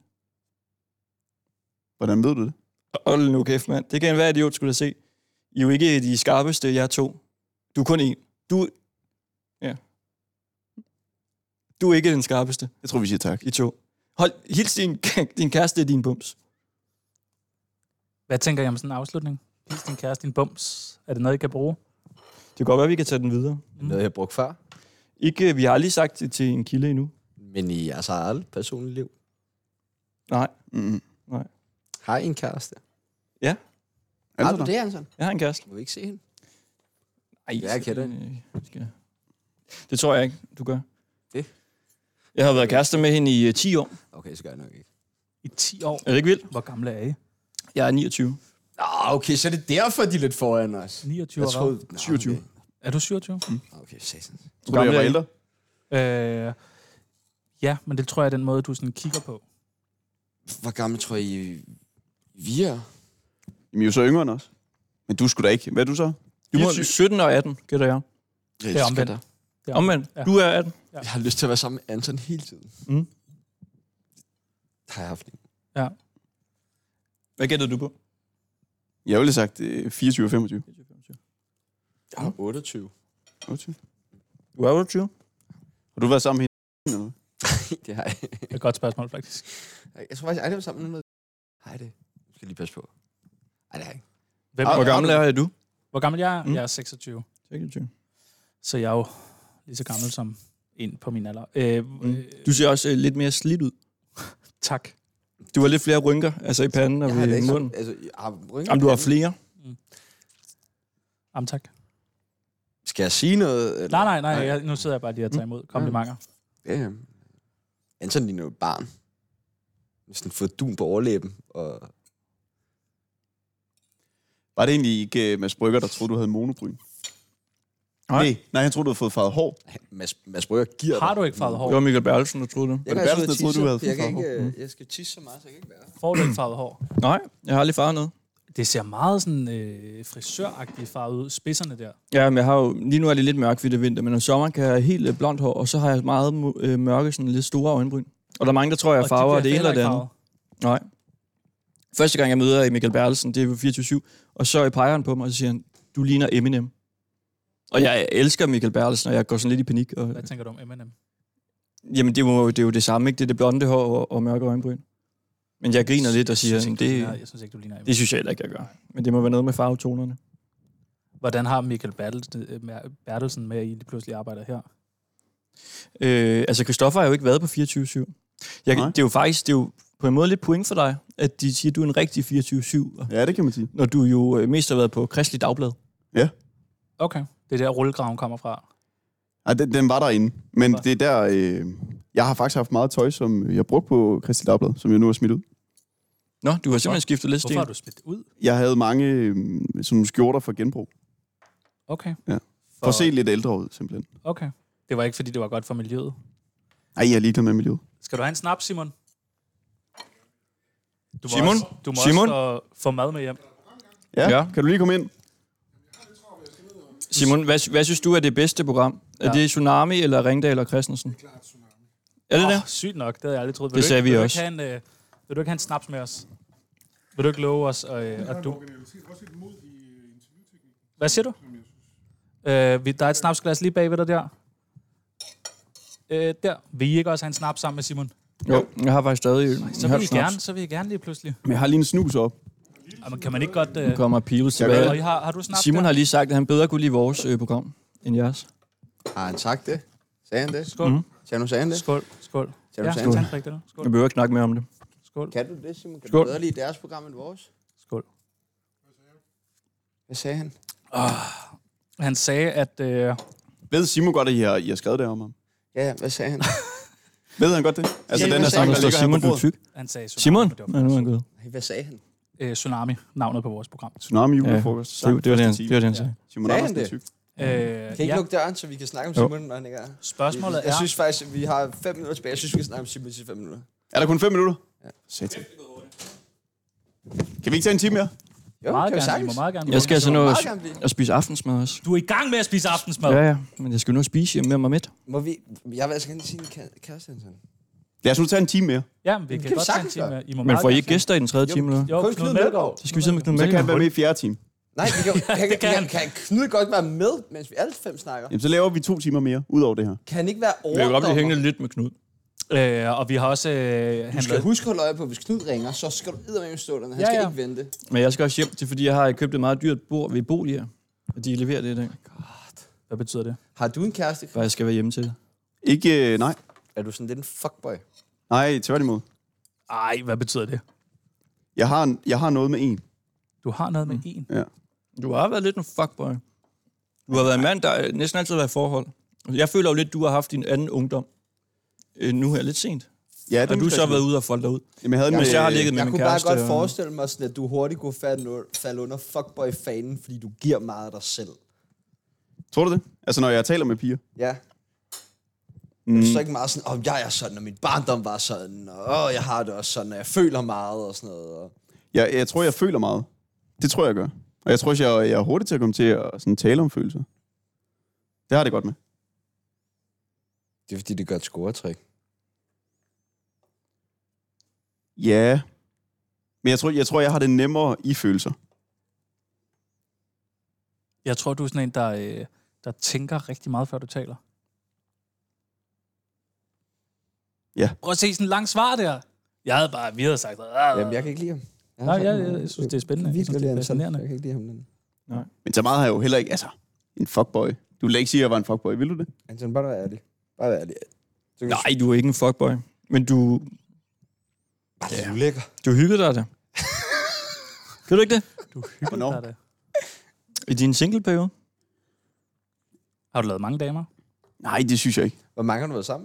Hvordan ved du det? Hold nu kæft, mand. Det kan enhver idiot skulle da se. I er jo ikke de skarpeste, jeg to. Du er kun en. Du... Ja. Du er ikke den skarpeste. Jeg tror, vi siger tak. I to. Hold, hils din, din kæreste i din bums. Hvad tænker jeg om sådan en afslutning? Hils din kæreste din bums. Er det noget, I kan bruge? Det kan godt være, vi kan tage den videre. Mm. Noget, jeg har brugt før. Ikke, vi har aldrig sagt det til en kilde endnu. Men i jeres eget personlige liv? Nej. Mm. Nej. Har I en kæreste? Ja. Har du det, Anton? Jeg har en kæreste. Må vi ikke se hende? Ej, jeg kender hende. Det tror jeg ikke, du gør. Det? Jeg har været kæreste med hende i uh, ti år. Okay, så gør jeg nok ikke. I ti år? Er det ikke vildt? Hvor gamle er I? Jeg er niogtyve. Ah, okay, så er det derfor, de er lidt foran os. niogtyve jeg troede, år? syvogtyve. Okay. Er du syvogtyve? Mm. Okay, satans. Tror du, jeg var ældre? Øh, ja, men det tror jeg er den måde, du sådan kigger på. Hvor gammel tror I, vi er? Jamen, I er jo så yngre end os. Men du skulle da ikke. Hvad er du så? Du må sytten og atten, gætter jeg. Det er omvendt. Det er omvendt. Ja. Du er atten. Ja. Jeg har lyst til at være sammen med Anton hele tiden. Mm. Det har jeg haft. Ja. Hvad gættede du på? Jeg ville have sagt uh, fireogtyve og femogtyve. Jeg har otteogtyve. otteogtyve. Du er otteogtyve? Har du været sammen med hende? Eller? Det har jeg. Det er et godt spørgsmål, faktisk. Jeg tror faktisk, jeg var sammen med noget. Hej det. Jeg skal lige passe på. Ej, det har jeg ikke. Hvem, Hvor gammel er du? Hvor gammel jeg er? Mm. Jeg er seksogtyve. seksogtyve. Så jeg er jo lige så gammel som en på min alder. Øh, Mm. Du ser også øh, lidt mere slidt ud. Tak. Du har lidt flere rynker, altså i panden og Jeg har det ved ikke munden. sådan- altså, jeg har rynker Jamen, i du har panden. flere. Jamen, tak. Skal jeg sige noget? Eller? Nej, nej, nej. Jeg, nu sidder jeg bare lige og tager imod komplimenter. Ja, ja. Anton ligner jo et barn. Med sådan fået dun på overlæben. Og... Var det egentlig ikke uh, Mads Brygger, der troede, du havde monobryn? Nej. Nej, nej, han troede, du havde fået farvet hår. Mads, Mads Brygger giver Har dig. du ikke farvet hår? Det var Michael Bertelsen, der troede det. Jeg, Var det Bertelsen, der troede, du havde jeg, kan fået ikke, farvet øh, jeg skal tisse så meget, så jeg kan ikke være her. Får du ikke farvet hår? Nej, jeg har aldrig farvet noget. Det ser meget sådan øh, frisøragtigt farvet ud. Spidserne der. Ja, men jeg har jo, lige nu er det lidt mørkt, fordi det er vinter, men om sommeren kan jeg have helt øh, blondt hår, og så har jeg meget øh, mørke, sådan lidt store øjenbryn. Og der er mange, der tror, jeg Og de farver bliver det ene eller det heller andet. ikke Nej. Første gang, jeg møder Michael Bertelsen, det er fireogtyve syv, og så peger han på mig, og så siger han, du ligner Eminem. Og jeg elsker Michael Bertelsen, og jeg går sådan lidt i panik. Og, Hvad tænker du om Eminem? jamen, det er, jo, det er jo det samme, ikke? Det er det blonde hår og, og mørke øjenbryn. Men jeg griner lidt og siger, Jeg synes ikke, du det, ligner- jeg synes ikke, du ligner Eminem. det synes jeg heller ikke, jeg gør. Men det må være noget med farvetonerne. Hvordan har Michael Bertelsen, Bertelsen med, at I lige pludselig arbejder her? Øh, altså, Christoffer har jo ikke været på fireogtyve syv. Jeg, Nej. det er jo faktisk det er jo på en måde lidt point for dig, at de siger, at du er en rigtig fireogtyve syv. Ja, det kan man sige. Når du jo øh, mest har været på Kristelig Dagblad. Ja. Okay. Det er der, rullegraven kommer fra. Ej, den, den var derinde. Men Hva? det er der... Øh, jeg har faktisk haft meget tøj, som jeg brugte på Kristi Dagblad, som jeg nu har smidt ud. Nå, du har simpelthen skiftet lidt stil. Hvorfor har du smidt det ud? Jeg havde mange øh, sådan nogle skjorter for genbrug. Okay. Ja. For at se lidt ældre ud, simpelthen. Okay. Det var ikke, fordi det var godt for miljøet. Ej, jeg er ligeglad med miljøet. Skal du have en snaps, Simon? Du må Simon? Også, du må Simon? også få, få mad med hjem. Ja, Ja. ja, kan du lige komme ind? Simon, hvad, hvad synes du er det bedste program? Ja. Er det Tsunami eller Ringdal og Christensen? Det er klart Tsunami. Er det Oh, det? sygt nok, det havde jeg aldrig troet. Vil Det du sagde ikke, vi vil du også. Ikke have en, øh, vil du ikke have en snaps med os? Vil du ikke love os, og, øh, at du... Hvad siger du? Øh, vi, der er et snapsglas lige bagved dig der. Øh, der. Vil I ikke også have en snaps sammen med Simon? Jo, jeg har faktisk stadig en Så halv vil I snaps. gerne, så vil I gerne lige pludselig. Men jeg har lige en snus op. Jamen, kan man ikke godt... Øh... Nu kommer Pibels Og I tilbage. har, har du snaps Simon der? har lige sagt, at han bedre kunne lide vores øh, program end jeres. Har han sagt det? Sagde han det? Skål. Mhm. Sagde nu, sagde han det? Skål. Skål. Sagde Ja, du, sagde han tag det? en frikadelle. Skål. Jeg behøver ikke snakke mere om det. Skål. Kan du det, Simon? Kan Skål. du bedre lide deres program end vores? Skål. Hvad sagde han? Oh, han sagde, at... Øh... Ved Simon godt, at I har, I har skrevet det om ham? Ja, ja, hvad sagde han? Ved han godt det? Altså Ja, den hvad her sagde sang, han? der Der ligger står her Simon, på du er bordet. tyk. Han sagde Tsunami. Simon? men det var Ja, nu er han faktisk- gået. Hey, hvad sagde han? øh, Tsunami, navnet på vores program. Tsunami Ja, julefrokost. det, var- det var det, han, det, var det, han sagde. Simon Sagde Andersen han er tyk. Øh, Kan I ikke ja. lukke døren, så vi kan snakke om Jo. Simon, når han ikke er her? Spørgsmålet Jeg er... synes faktisk, at vi har fem minutter tilbage. Jeg synes, vi skal snakke om Simon i fem minutter. Er der kun fem minutter? Ja. Satan. Kan vi ikke tage en time mere? Jo, meget kan vi gerne, I sagtens. må meget gerne. Jeg skal altså nå Meget at, gerne blive. at spise aftensmad også. Du er i gang med at spise aftensmad. Ja, ja, men jeg skal nu at spise hjemme med mig midt. Må vi... Jeg vil altså gerne sige en ka- kæreste, Anton. Lad os nu tage en time mere. Ja, men vi Det kan kan vi godt tage en sagtens time. gøre. med. I må Men meget får I gerne ikke gæster i den tredje time, eller hvad? Jo, Kun Knud Knud Melgaard. Melgaard. Så skal vi sidde med Knud Så kan han være Melgaard. med i fjerde time. Nej, vi kan, kan, Det kan kan, han. kan Knud godt være med, mens vi alle fem snakker? Jamen, så laver vi to timer mere, ud over det her. Kan han ikke være Jeg kan godt blive overdommer? hængende lidt med Knud. Øh, og vi har også... Øh, Du han skal huske at holde øje på, hvis Knud ringer, så skal du eddermame stå der. Han Ja, skal ja. ikke vente. Men jeg skal også hjem til, fordi jeg har købt et meget dyrt bord ved Boliger. Og de leverer det i dag. Hvad betyder det? Har du en kæreste? For jeg skal være hjemme til det. Ikke, øh, nej. Er du sådan lidt en fuckboy? Nej, tværtimod. Ej, hvad betyder det? Jeg har, en- jeg har noget med en. Du har noget med en. Ja. Du har været lidt en fuckboy. Du har været en mand, der næsten altid har været i forhold. Jeg føler jo lidt, du har haft din anden ungdom. Øh, nu her lidt sent. Ja, Og du så har været ude og folde dig ud. Jamen, jeg havde den Hvis med, jeg har ligget med Jeg min kunne bare kæreste. godt og- forestille mig, sådan, at du hurtigt kunne falde, falde under fuckboy-fanen, fordi du giver meget af dig selv. Tror du det? Altså, når jeg taler med piger? Ja. Mm. Mm. Så ikke meget sådan, om jeg er sådan, og min barndom var sådan, og åh, jeg har det også sådan, og jeg føler meget og sådan noget. Og... Jeg, jeg tror, jeg føler meget. Det tror jeg, jeg gør. Og jeg tror også, jeg, jeg er hurtig til at komme til at sådan, tale om følelser. Det har det godt med. Det er fordi, det gør et scoretræk. Ja. Men jeg tror, jeg tror, jeg har det nemmere i følelser. Jeg tror, du er sådan en, der, øh, der tænker rigtig meget, før du taler. Ja. Prøv at se sådan en lang svar der. Jeg havde bare, vi havde sagt... Ah, Jamen, jeg kan ikke lide ham. Jeg Nej, jeg, jeg, jeg synes, det er spændende. Jeg Jeg synes, kan det er virkelig lide Anton. fascinerende. Jeg kan ikke lide ham. Nej. Men så meget har jeg jo heller ikke... Altså, en fuckboy. Du vil ikke sige, at jeg var en fuckboy, vil du det? Anton, bare være ærlig. Bare være ærlig. Du Nej, du er ikke en fuckboy. Men du... Ja. Du er lækker. Du hygger dig da. Kan du ikke det? Du hygger dig det. I din single-periode? Har du lavet mange damer? Nej, det synes jeg ikke. Hvor mange har du været sammen med?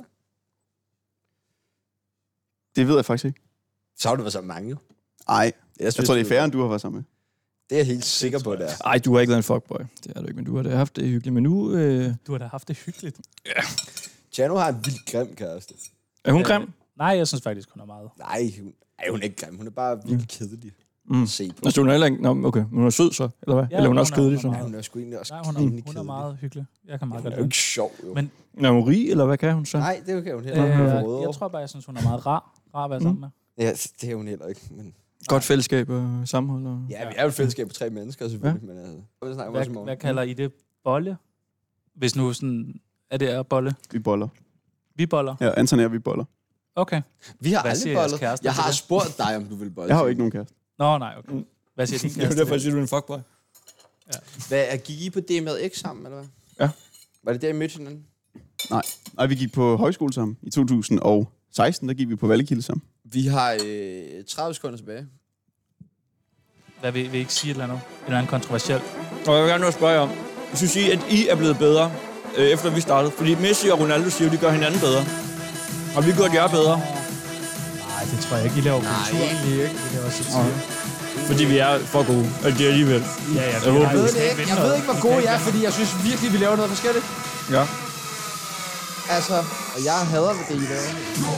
Det ved jeg faktisk ikke. Så har du været sammen med mange, jo. Nej, jeg, Jeg, jeg tror, det er færre, end du har været sammen med. Det er jeg helt sikker på, det er. Nej, du har ikke været en fuckboy. Det har du ikke, men du har da haft det hyggeligt. Men nu... Øh... Du har da haft det hyggeligt. Ja. Tjano har en vildt grim kæreste. Er hun grim? Øh, nej, jeg synes faktisk, hun er meget. Nej, hun, ej, hun er ikke grim. Hun er bare virkelig kedelig Mm. at se på. Altså, hun er heller ikke... Nå, okay. Hun er sød så, eller hvad? Ja, eller hun hun er også er- kedelig hun så? er Nej, hun er sgu egentlig også Nej, hun er, rimelig hun er kedelig. meget hyggelig. Jeg kan meget Hun godt er jo lide ikke sjov, jo. Men Er hun rig, eller hvad kan hun så? Nej, det kan hun øh, heller ikke. jeg, Øh, jeg tror bare, jeg synes, hun er meget rar, rar at være sammen med. Ja, det er hun heller ikke. Men... Godt fællesskab og sammenhold. Og... Ja, vi er jo et fællesskab på tre mennesker, selvfølgelig. Ja. Men altså, det snakker vi også i Hvad, morgen. hvad kalder I det? Bolle? Hvis nu sådan... Er det er bolle? Vi boller. Vi boller? Ja, Anton og jeg, vi boller. Okay. Vi har Hvad aldrig siger jeres bollet. kærester Jeg til har det? spurgt dig, om du vil bolle. Jeg har jo ikke nogen kæreste. Nå, nej, okay. Hvad siger din Det er kæreste? jo derfor, jeg siger, du er en fuckboy. Hvad, er- gik I på D M X sammen, eller hvad? Ja. Var det der, I mødte hinanden? Nej. Nej, vi gik på højskole sammen. I to tusind og seksten, der gik vi på Vallekilde sammen. Vi har øh, tredive sekunder tilbage. Hvad vil, vil I ikke sige et eller andet? Et eller andet kontroversielt? Og jeg vil gerne nu spørge jer om, jeg synes I, at I er blevet bedre, øh, efter vi startede? Fordi Messi og Ronaldo siger, at de gør hinanden bedre. Og vi gør jer bedre. Nej, det tror jeg ikke. I laver kultur. Nej, egentlig ikke. Det er også satire. Fordi vi er for gode. Og det er alligevel. Ja, ja. Jeg håber, Jeg ved det ikke. Jeg ved ikke, hvor gode jeg er, fordi jeg synes virkelig, vi laver noget forskelligt. Ja. Altså, og jeg hader det, I laver.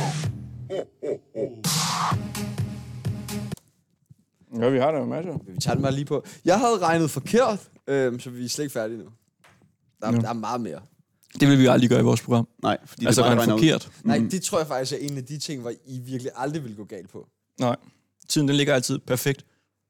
Ja, vi har da jo masser. Vi tager den bare lige på. Jeg havde regnet forkert, øhm, så vi er slet ikke færdige nu. Der er, Ja. der er meget mere. Det vil vi jo aldrig gøre i vores program. Nej, fordi Altså, det rent var der forkert. Nej, det tror jeg faktisk er en af de ting, hvor I virkelig aldrig vil gå galt på. Nej. Tiden, den ligger altid perfekt.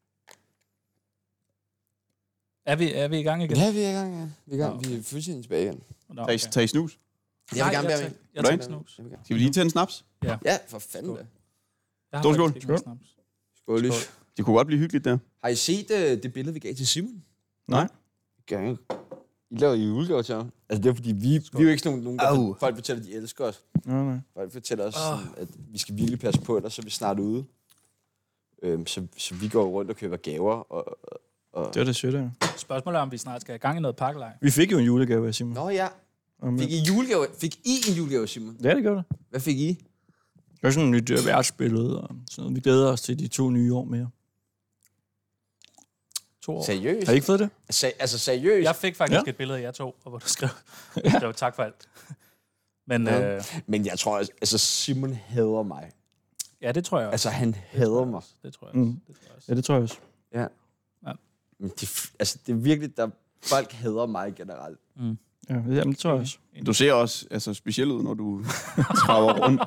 Er vi, er vi i gang igen? Ja, vi er i gang, ja. Vi er, i gang. Nå, okay. Vi er fuldstændig tilbage igen. Nå, Tag, tag I snus. Jeg vil Nej, gerne være jeg med. tager- jeg Vil du tager ikke? snus. Jeg vil gerne. Skal vi lige tage en snaps? Ja, for fanden da. Jeg har Stor skål. faktisk ikke noget snaps. Skål, lys. Skål. Det kunne godt blive hyggeligt der. Har I set uh, det billede, vi gav til Simon? Nej. Gerne. I laver I julegave til ham. Altså, det er fordi, vi, vi er jo ikke sådan nogen, der Au. folk fortæller, at de elsker os. Nej, nej. Folk fortæller os, sådan, at vi skal virkelig passe på dig, så er vi snart ude. Øhm, så, så vi går rundt og køber gaver. Og, og... Det er det sødt, ja. Spørgsmålet er, om vi snart skal i gang i noget pakkelej. Vi fik jo en julegave af Simon. Nå ja. Om, Fik I, julegave? Fik I en julegave, Simon? Ja, det gjorde det. Hvad fik I? Det var sådan et nyt øh, værtsbillede og sådan noget. Vi glæder os til de to nye år mere. To år. Seriøst? Har I ikke fået det? Sa- altså seriøst? Jeg fik faktisk Ja. et billede af jer to, og hvor du skrev, du skrev tak for alt. Men Ja. øh, Men jeg tror, altså Simon hader mig. ja, det tror jeg også. Altså, han Det tror hader jeg mig. også. Det tror jeg også. Mm. Det tror jeg også. Ja, det tror jeg også. Ja. Ja. Men de, altså, det er virkelig, der folk hader mig generelt. Mm. Ja, jamen, det tror jeg også. Du ser også altså, speciel ud, når du traver rundt.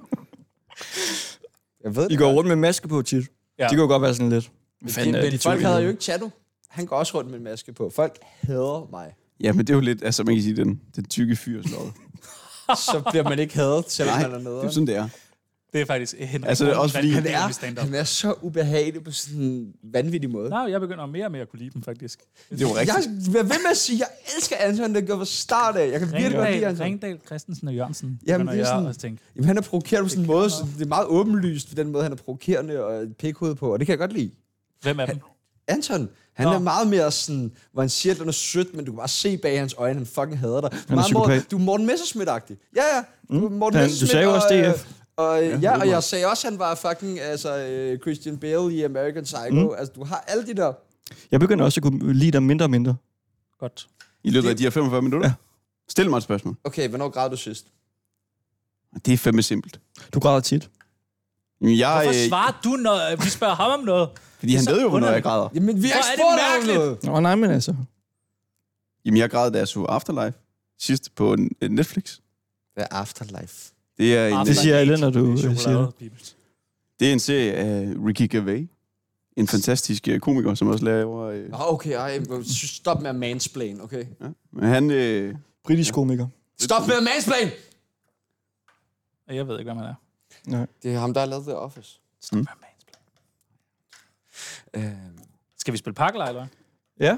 Jeg ved I går rundt med maske på tit. Ja. De kan jo godt være sådan lidt. Men, fanden de, er men de to folk hader idioter? jo ikke Chado. Han går også rundt med en maske på. Folk hader mig. Ja, men det er jo lidt, altså man kan sige, den, den tykke fyrs lod. Så bliver man ikke hadet, selvom Nej, man er det er nede. jo sådan, det er. Det er faktisk Henrik. Altså, det er også fordi- Han er, han er så ubehagelig på sådan en vanvittig måde. Nej, jeg begynder mere og mere at kunne lide dem, faktisk. Det er jo rigtigt. Jeg vil ved med at sige, jeg elsker Anton, det går fra start af. Jeg kan virkelig godt lide Ringdal, Anton. Ringdal, Christensen og Jørgensen. Jamen, begynder det er jeg sådan- også tænke. Jamen, han er provokerende på sådan en måde, så det er meget åbenlyst på den måde, han er provokerende og et pikhoved på, og det kan jeg godt lide. Hvem af dem? Anton, han Nå. er meget mere sådan, hvor han siger, at han er sødt, men du kan bare se bag hans øjne, han fucking hader dig. Du er meget psykopat. Morten, du er Morten Messerschmidt-agtig. Ja, ja. Du er Morten Han- du Messerschmidt. sagde jo også og, D F. Og, ja, det ja, er og jeg sagde også, at han var fucking altså, uh, Christian Bale i American Psycho. Mm. Altså, du har alle de der... Jeg begynder også at kunne lide dig mindre og mindre. Godt. I løbet af Det- de her femogfyrre minutter? Ja. Stil mig et spørgsmål. Okay, hvornår græd du sidst? Det er fandme simpelt. Du græder tit. Jamen, jeg, Hvorfor øh, svarer du, når vi spørger ham om noget? fordi han så ved jo, hvornår jeg underligt. græder. Jamen, vi har Hvor ikke er det spurgt ham mærkeligt. noget. Nå, nej, men altså. Jamen, jeg græd, da jeg så Afterlife sidst på en- en Netflix. Hvad er Afterlife? Det er en, After Det siger alle, når du Eight, øh, siger chokolade, det. Pibels. det er en serie af Ricky Gervais. En fantastisk øh, komiker, som også laver... Øh, Nå, okay, ej, stop med at mansplain, okay? ja. Men han... Øh, Britisk komiker. Stop med at mansplain! Jeg ved ikke, hvad man er. Nej. Det er ham, der har lavet The Office. Stop med at mansplain. Øh, Skal vi spille pakkelej, eller hvad? Ja.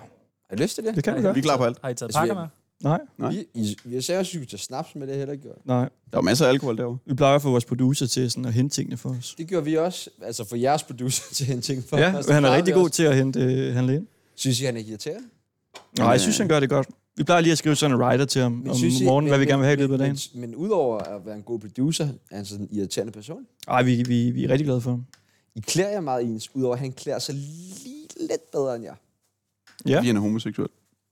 Har I lyst til det? Det kan vi godt. Vi er klar på alt. Har I taget Altså, pakker vi- med? Nej, Nej. Vi, I, vi har sagt, at vi skulle tage snaps, men det har jeg heller ikke gjort. nej. Der er masser af alkohol derovre. Vi plejer at få vores producer til sådan at hente tingene for os. Det gjorde vi også. Altså for jeres producer til en ting for Ja, os. han er Det rigtig plejede vi god til at hente øh, handle ind. også. Synes I, han er irriterende? Nej, jeg synes, han gør det godt. Vi plejer lige at skrive sådan en writer til ham om synes I- morgenen, hvad vi men- gerne vil have i men- løbet af dagen. Men, men udover at være en god producer, er han sådan en irriterende person. Ej, vi, vi, vi er rigtig glade for ham. I klæder jer meget ens, udover at han klæder sig lige lidt bedre end jer. Ja. Fordi han er homoseksuel.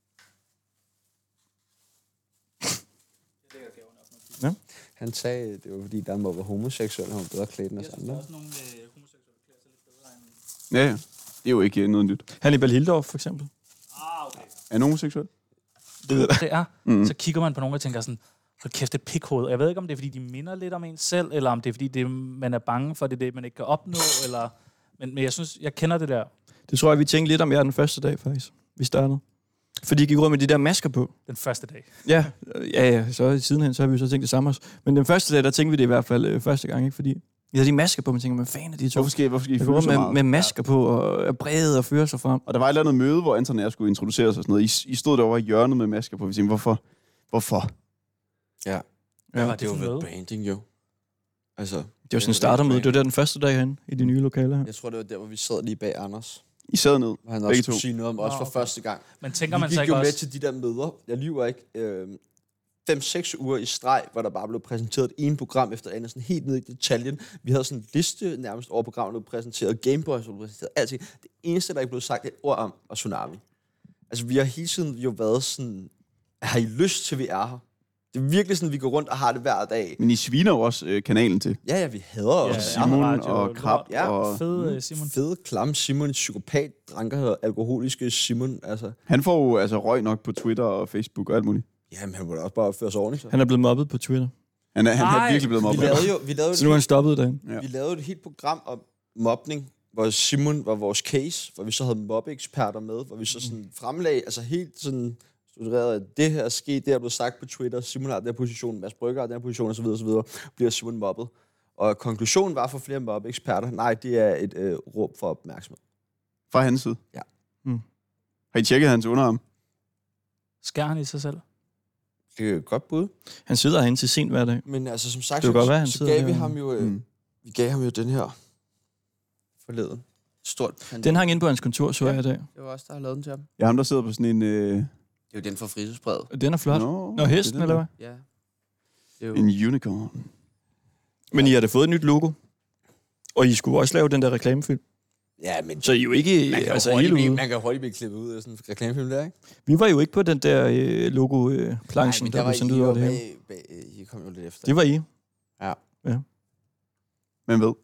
Han sagde, det var fordi, der må være homoseksuel, han var bedre klædt end os andre. nogle homoseksuelle klæder sig lidt bedre end... Ja, ja. Det er jo ikke øh, noget nyt. Hannibal Hildorf, for eksempel. Ah, okay. Er han homoseksuel? Det ved jeg. Det er, Mm. så kigger man på nogen og tænker sådan, hold kæft, det er pikhoved. Jeg ved ikke, om det er, fordi de minder lidt om en selv, eller om det er, fordi det, man er bange for, det er det, man ikke kan opnå, eller... Men, men jeg synes, jeg kender det der. Det tror jeg, vi tænkte lidt om jer den første dag, faktisk. Vi startede. Fordi de gik rundt med de der masker på. Den første dag. Ja, øh, ja, ja. Så sidenhen, så har vi jo så tænkt det samme også. Men den første dag, der tænkte vi det i hvert fald øh, første gang, ikke? Fordi vi havde de masker på, man tænker, hvad fanden er de to? Hvorfor skal, hvorfor skal I Jeg går fylde rundt så med, meget? med masker på, og er brede og fører sig frem. Og der var et eller andet møde, hvor Anton og jeg skulle introducere sig og sådan noget. I, I stod derovre i hjørnet med masker på. Vi tænkte, hvorfor? Hvorfor? Ja. Hvad var Det det var for vel noget? branding, jo. Altså, Det var sådan en startermøde. Det var der den første dag herinde, i de nye lokaler her. jeg tror, det var der, hvor vi sad lige bag Anders. I sad ned. Hvor han Begge også to. skulle sige noget om os Nå, for okay. første gang. Men tænker Vi man gik så jo ikke med også... til de der møder. Jeg lyver ikke. Øh, fem-seks uger i streg, hvor der bare blev præsenteret et ene program efter andet, sådan helt ned i detaljen. Vi havde sådan en liste nærmest over programmet, der blev præsenteret. Gameboys blev præsenteret. Alting. Det eneste, der ikke blev sagt et ord om, var Tsunami. Altså, vi har hele tiden jo været sådan... Har I lyst til, at vi er her? Det er virkelig sådan, at vi går rundt og har det hver dag. Men I sviner jo også øh, kanalen til. Ja, ja, vi hader Ja, også. Simon radio, og lort. Krab Ja, og... Fed øh, Simon. Fede, klam Simon, psykopat, dranker, alkoholiske Simon. Altså, Han får jo altså røg nok på Twitter og Facebook og alt muligt. jamen, han må da også bare opføre sig ordentligt. Så. Han er blevet mobbet på Twitter. Han er, han er Nej. virkelig blevet Vi mobbet. lavede jo, vi lavede Så nu er han stoppet derinde. Ja. Vi lavede et helt program om mobning, hvor Simon var vores case, hvor vi så havde mobbeeksperter med, hvor vi så sådan fremlagde, altså helt sådan struktureret, at det her er sket, det er blevet sagt på Twitter, Simon har den her position, Mads Brygger har den her position, osv. osv. Bliver Simon mobbet. Og konklusionen var for flere mobbeeksperter, nej, det er et øh, råb for opmærksomhed. Fra hans side. Ja. Mm. Har I tjekket hans underarm? Skærer han i sig selv? Det er jo et godt bud. Han sidder herinde til sent hver dag. Men altså, som sagt, Det kan så, godt være, han så sidder gav vi her. ham jo, øh, Mm. vi gav ham jo den her forleden. Stort. Han, Den hang inde på hans kontor, så Ja. jeg i dag. Det var også der har lavet den til ham. Jeg er ham, der sidder på sådan en... Øh... Det er jo den fra Frisesbredet. Og den er flot. Nå, Nå, hesten, det er eller den hvad? Ja. Det er jo... der. En unicorn. Men I har da fået et nyt logo. Og I skulle også lave den der reklamefilm. Ja, men Så I er jo ikke man kan, altså, jo hurtigt helt blive, ude. man kan hurtigt blive klippet ud af sådan en reklamefilm der, ikke? Vi var jo ikke på den der øh, logo-planchen, men der blev sendt I ud over jo det her. bag, bag, I kom jo lidt efter. Det var I. Hvem ved?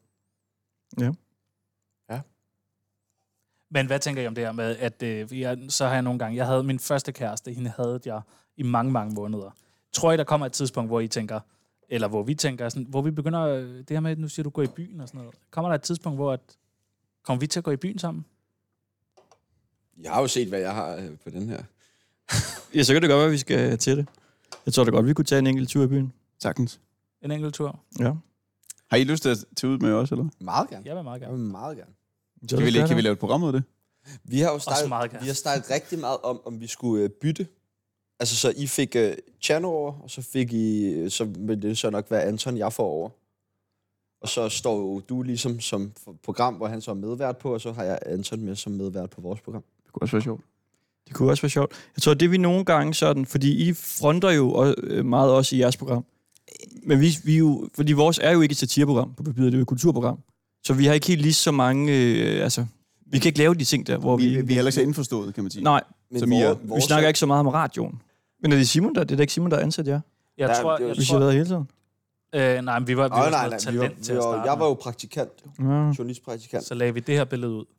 Men hvad tænker I om det her med, at øh, jeg, så har jeg nogle gange... Jeg havde min første kæreste, hende havde jeg i mange, mange måneder. Tror I, der kommer et tidspunkt, hvor I tænker, eller hvor vi tænker, sådan, hvor vi begynder, øh, det her med, at nu siger du, gå i byen og sådan noget. Kommer der et tidspunkt, hvor at, kommer vi til at gå i byen sammen? Jeg har jo set, hvad jeg har øh, på den her. Ja, så kan det godt være, at vi skal til det. Jeg tror da godt, vi kunne tage en enkelt tur i byen. Sagtens. En enkelt tur? Ja. Har I lyst til at tage ud med os, eller? Meget gerne. Jeg vil meget Jeg gerne. vil meget gerne. Så Kan vi, skal kan vi der. lave et program ud af det? Vi har jo Også snakket, meget gerne. vi har snakket rigtig meget om, om vi skulle øh, bytte. Altså, så I fik øh, Chano over, og så fik I, øh, så vil det så nok være Anton, jeg får over. Og så står jo du ligesom som program, hvor han så er medvært på, og så har jeg Anton med som medvært på vores program. Det kunne også være sjovt. Det kunne også være sjovt. Jeg tror, det er vi nogle gange sådan, fordi I fronter jo også, øh, meget også i jeres program. Men vi, vi er jo, fordi vores er jo ikke et satireprogram på papiret, det er jo et kulturprogram. Så vi har ikke helt lige så mange, øh, altså, vi kan ikke lave de ting der, hvor vi... Vi, vi er heller ikke så indforstået, kan man sige. Nej, Men Som I er. vi snakker ikke så meget om radioen. Men er det Simon, der, det er da ikke Simon, der er ansat jer? Jeg Nej, tror, det var- jeg Hvis I tror, har været hele tiden? øh, nej, men vi var, vi Nej, var nej, sådan nej. noget Vi var, talent vi til at var, starte jeg var med. jo praktikant, Ja. journalistpraktikant. Så lagde vi det her billede ud.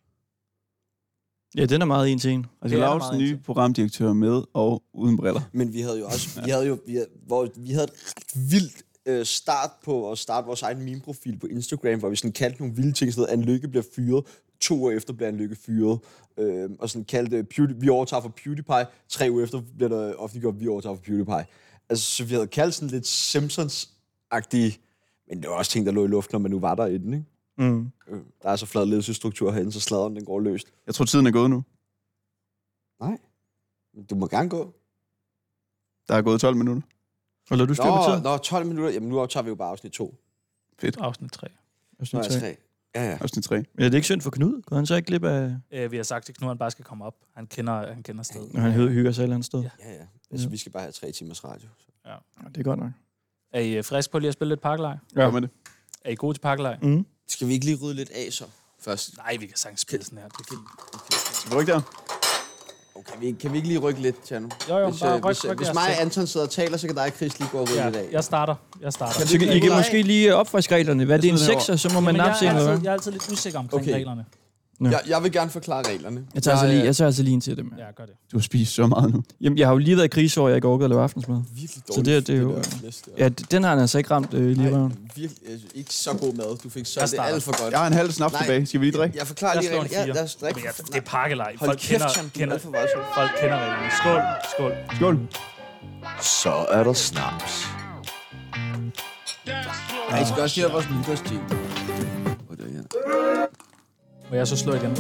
Ja, den er meget en til en. Altså, Det er der Lauts meget nye indtil. programdirektør med og uden briller. Men vi havde jo også, vi havde jo, vi havde, hvor, vi havde et ret vildt øh, start på at starte vores egen meme-profil på Instagram, hvor vi sådan kaldte nogle vilde ting, sådan noget, Anne Lykke bliver fyret, to år efter bliver Anne Lykke fyret, øh, og sådan kaldte, Pewdie, vi overtager for PewDiePie, tre uger efter bliver der offentliggjort, vi overtager for PewDiePie. Altså, så vi havde kaldt sådan lidt Simpsons-agtige, men det var også ting, der lå i luften, når man nu var der i den, ikke? Mm. Øh, der er så flad ledelsesstruktur herinde, så sladeren den går løst. Jeg tror, tiden er gået nu. Nej. Du må gerne gå. Der er gået tolv minutter. Og lader du styr på tiden? Nå, tolv minutter. Jamen, nu optager vi jo bare afsnit to. Fedt. Afsnit tre. Afsnit tre. tre. Ja, ja. Afsnit tre. Men er det ikke synd for Knud? Går han så ikke glip af... Øh, vi har sagt til Knud, at han bare skal komme op. Han kender, han kender stedet. Når han hy- hygger sig et eller andet sted? Ja. Ja, ja. Altså, vi skal bare have tre timers radio. Ja. Ja, det er godt nok. Er I øh, friske på lige at spille lidt pakkelej? Ja. Kom med det. Er I gode til pakkelej? Mm. Skal vi ikke lige rydde lidt af så først? Nej, vi kan sagtens spille sådan her. Det er fint. Skal vi rykke der? Okay, vi, kan vi ikke lige rykke lidt, Tjerno? Jo, jo, hvis, bare øh, ryk, hvis, ryk hvis jeres mig ting. og Anton sidder og taler, så kan dig og Chris lige gå og rydde lidt Ja, af. jeg starter. Jeg starter. Kan Så kan, I kan måske lige opfriske reglerne. Hvad er det, en Jeg smider den sekser? Så må man Jamen, nappe jeg, er en, eller altid, hvad? jeg er altid lidt usikker omkring Okay. reglerne. Jeg, jeg vil gerne forklare reglerne. Jeg tager, altså jeg, lige, jeg tager altså lige en til dem. Ja, gør det. Du har spist så meget nu. Jamen, jeg har jo lige været i krigsår, jeg ikke orkede at lave aftensmad. virkelig Så det, det er jo... der flæsk der. Ja, den har han altså ikke ramt øh, lige Nej, røven. virkelig, altså, ikke så god mad. Du fik Jeg solgt det starter. alt for godt. Jeg har en halv snaps Nej. tilbage. Skal vi lige drikke? Jeg, jeg forklarer Jeg lige slår en reglerne. Ja, fire. lad os drikke. Men jeg, det er pakkelej. Hold Folk kæft, kender, Jan, du er kender, alt for voldsom. folk kender reglerne. Skål. Skål. Skål. Så er der snaps. Ja, I skal også sige, at vores nytårsteam. Hvor er det her? Må jeg så slå igen?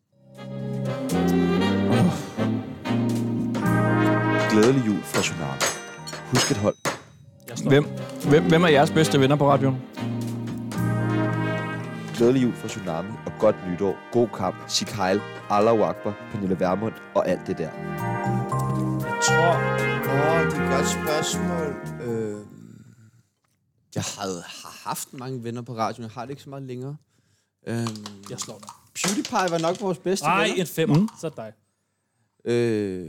Glædelig jul fra Tsunami. Husk et hold. Jeg slår. Hvem, hvem, hvem er jeres bedste venner på radioen? Glædelig jul fra Tsunami og godt nytår. God kamp. Sig Heil, Allahu Akbar, Pernille Vermund og alt det der. Jeg tror... Åh, oh, det er et godt spørgsmål. Øh, jeg havde, har haft mange venner på radioen. Jeg har det ikke så meget længere. Øh, Jeg slår dig. PewDiePie var nok vores bedste Nej, venner. en femmer. Mm. Så er det dig. Øh,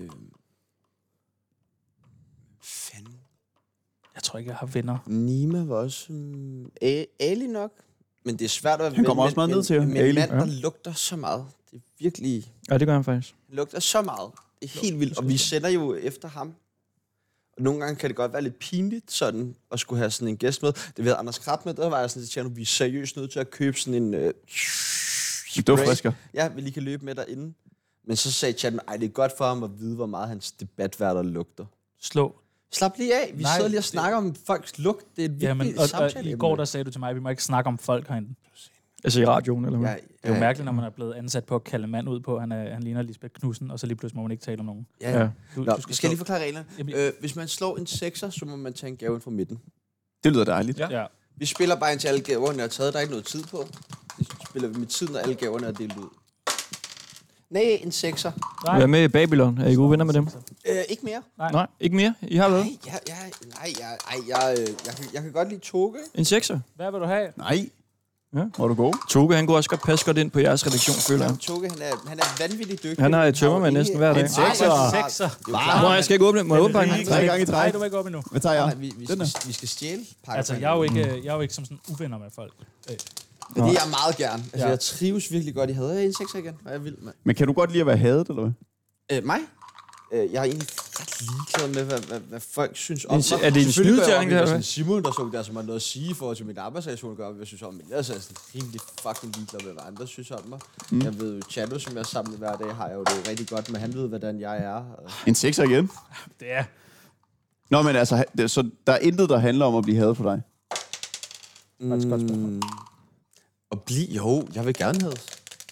fanden. Jeg tror ikke, jeg har venner. Nima var også... Um, Ali nok. Men det er svært at... Han kommer men- også meget men- ned til jer, Men Ali. en mand, der Ja. lugter så meget. Det er virkelig... Ja, det gør han faktisk. Han lugter så meget. Det er helt vildt. Og vi sender jo efter ham. Og nogle gange kan det godt være lidt pinligt sådan, at skulle have sådan en gæst med. Det ved Anders Krab med, der var jeg sådan til, at vi er seriøst nødt til at købe sådan en... Øh, Duftfrisker. Ja, vi lige kan løbe med derinde. Men så sagde Chan, ej, det er godt for ham at vide, hvor meget hans debatværter lugter. Slå. Slap lige af. Vi Nej, sidder lige og det- snakker om folks lugt. Det er et vigtigt Jamen, og, og, samtale. i går der sagde du til mig, at vi må ikke snakke om folk herinde. Altså i radioen, eller hvad? Ja, Det er jo mærkeligt, når man er blevet ansat på at kalde en mand ud på, at han, er, han ligner Lisbeth Knudsen, og så lige pludselig må man ikke tale om nogen. Ja, ja. Ja. Du, Nå, du skal, skal slå. jeg lige forklare reglerne? Jamen, Øh, hvis man slår en sekser, så må man tage en gave ind fra midten. Det lyder dejligt. Ja. ja. Vi spiller bare indtil alle gaverne er taget. Der er ikke noget tid på. Vi spiller med tid, når alle gaverne er delt ud. Nej, en sekser. Nej. Hvad med Babylon? Er I gode venner med dem? Øh, ikke mere. Nej. Nej, ikke mere? I har hvad? Nej, jeg, jeg, nej, jeg, ej, jeg, øh, jeg, kan, jeg kan godt lide Toge. En sekser? Hvad vil du have? Nej. Ja. Hvor er du god? Toge, han går også godt passe godt ind på jeres redaktion, føler jeg. Toge, han er, han er vanvittigt dygtig. Han har et jo tømmermand ikke- næsten hver dag. En sekser. En sekser. Det er jo klart. Må jeg skal ikke åbne? Må jeg åbne pakken? Tre gange i Nej, træk. du må ikke op endnu. Hvad tager Nej, jeg? vi, vi, Den skal, vi skal stjæle pakker. Altså, jeg er jo ikke, jeg er jo ikke som sådan uvenner med folk. Øh, Men det er jeg meget gerne. Altså, Ja. jeg trives virkelig godt. Jeg havde en sekser igen. Hvor er jeg vild, mand. Men kan du godt lide at være hadet, eller hvad? Øh, mig? Øh, jeg er egentlig ret ligeglad med, hvad, hvad, hvad folk synes om En- mig. er det en Selvfølgelig gør jeg snydeterning, op i, det her, hvad eller sådan Simon, der så der, som har noget at sige i forhold til min arbejdsreaktion, gør, hvad jeg synes om. Men jeg er sådan rimelig fucking ligeglad med, hvad andre synes om mig. Mm. Jeg ved jo, Chano, som jeg er sammen med hver dag, har jeg jo det rigtig godt, men han ved, hvordan jeg er. Og- En sekser igen? det er... Nå, men altså, det- så der er intet, der handler om at blive hadet for dig? Faktisk godt spørgsmål. Mm, og blive, jo, jeg vil gerne have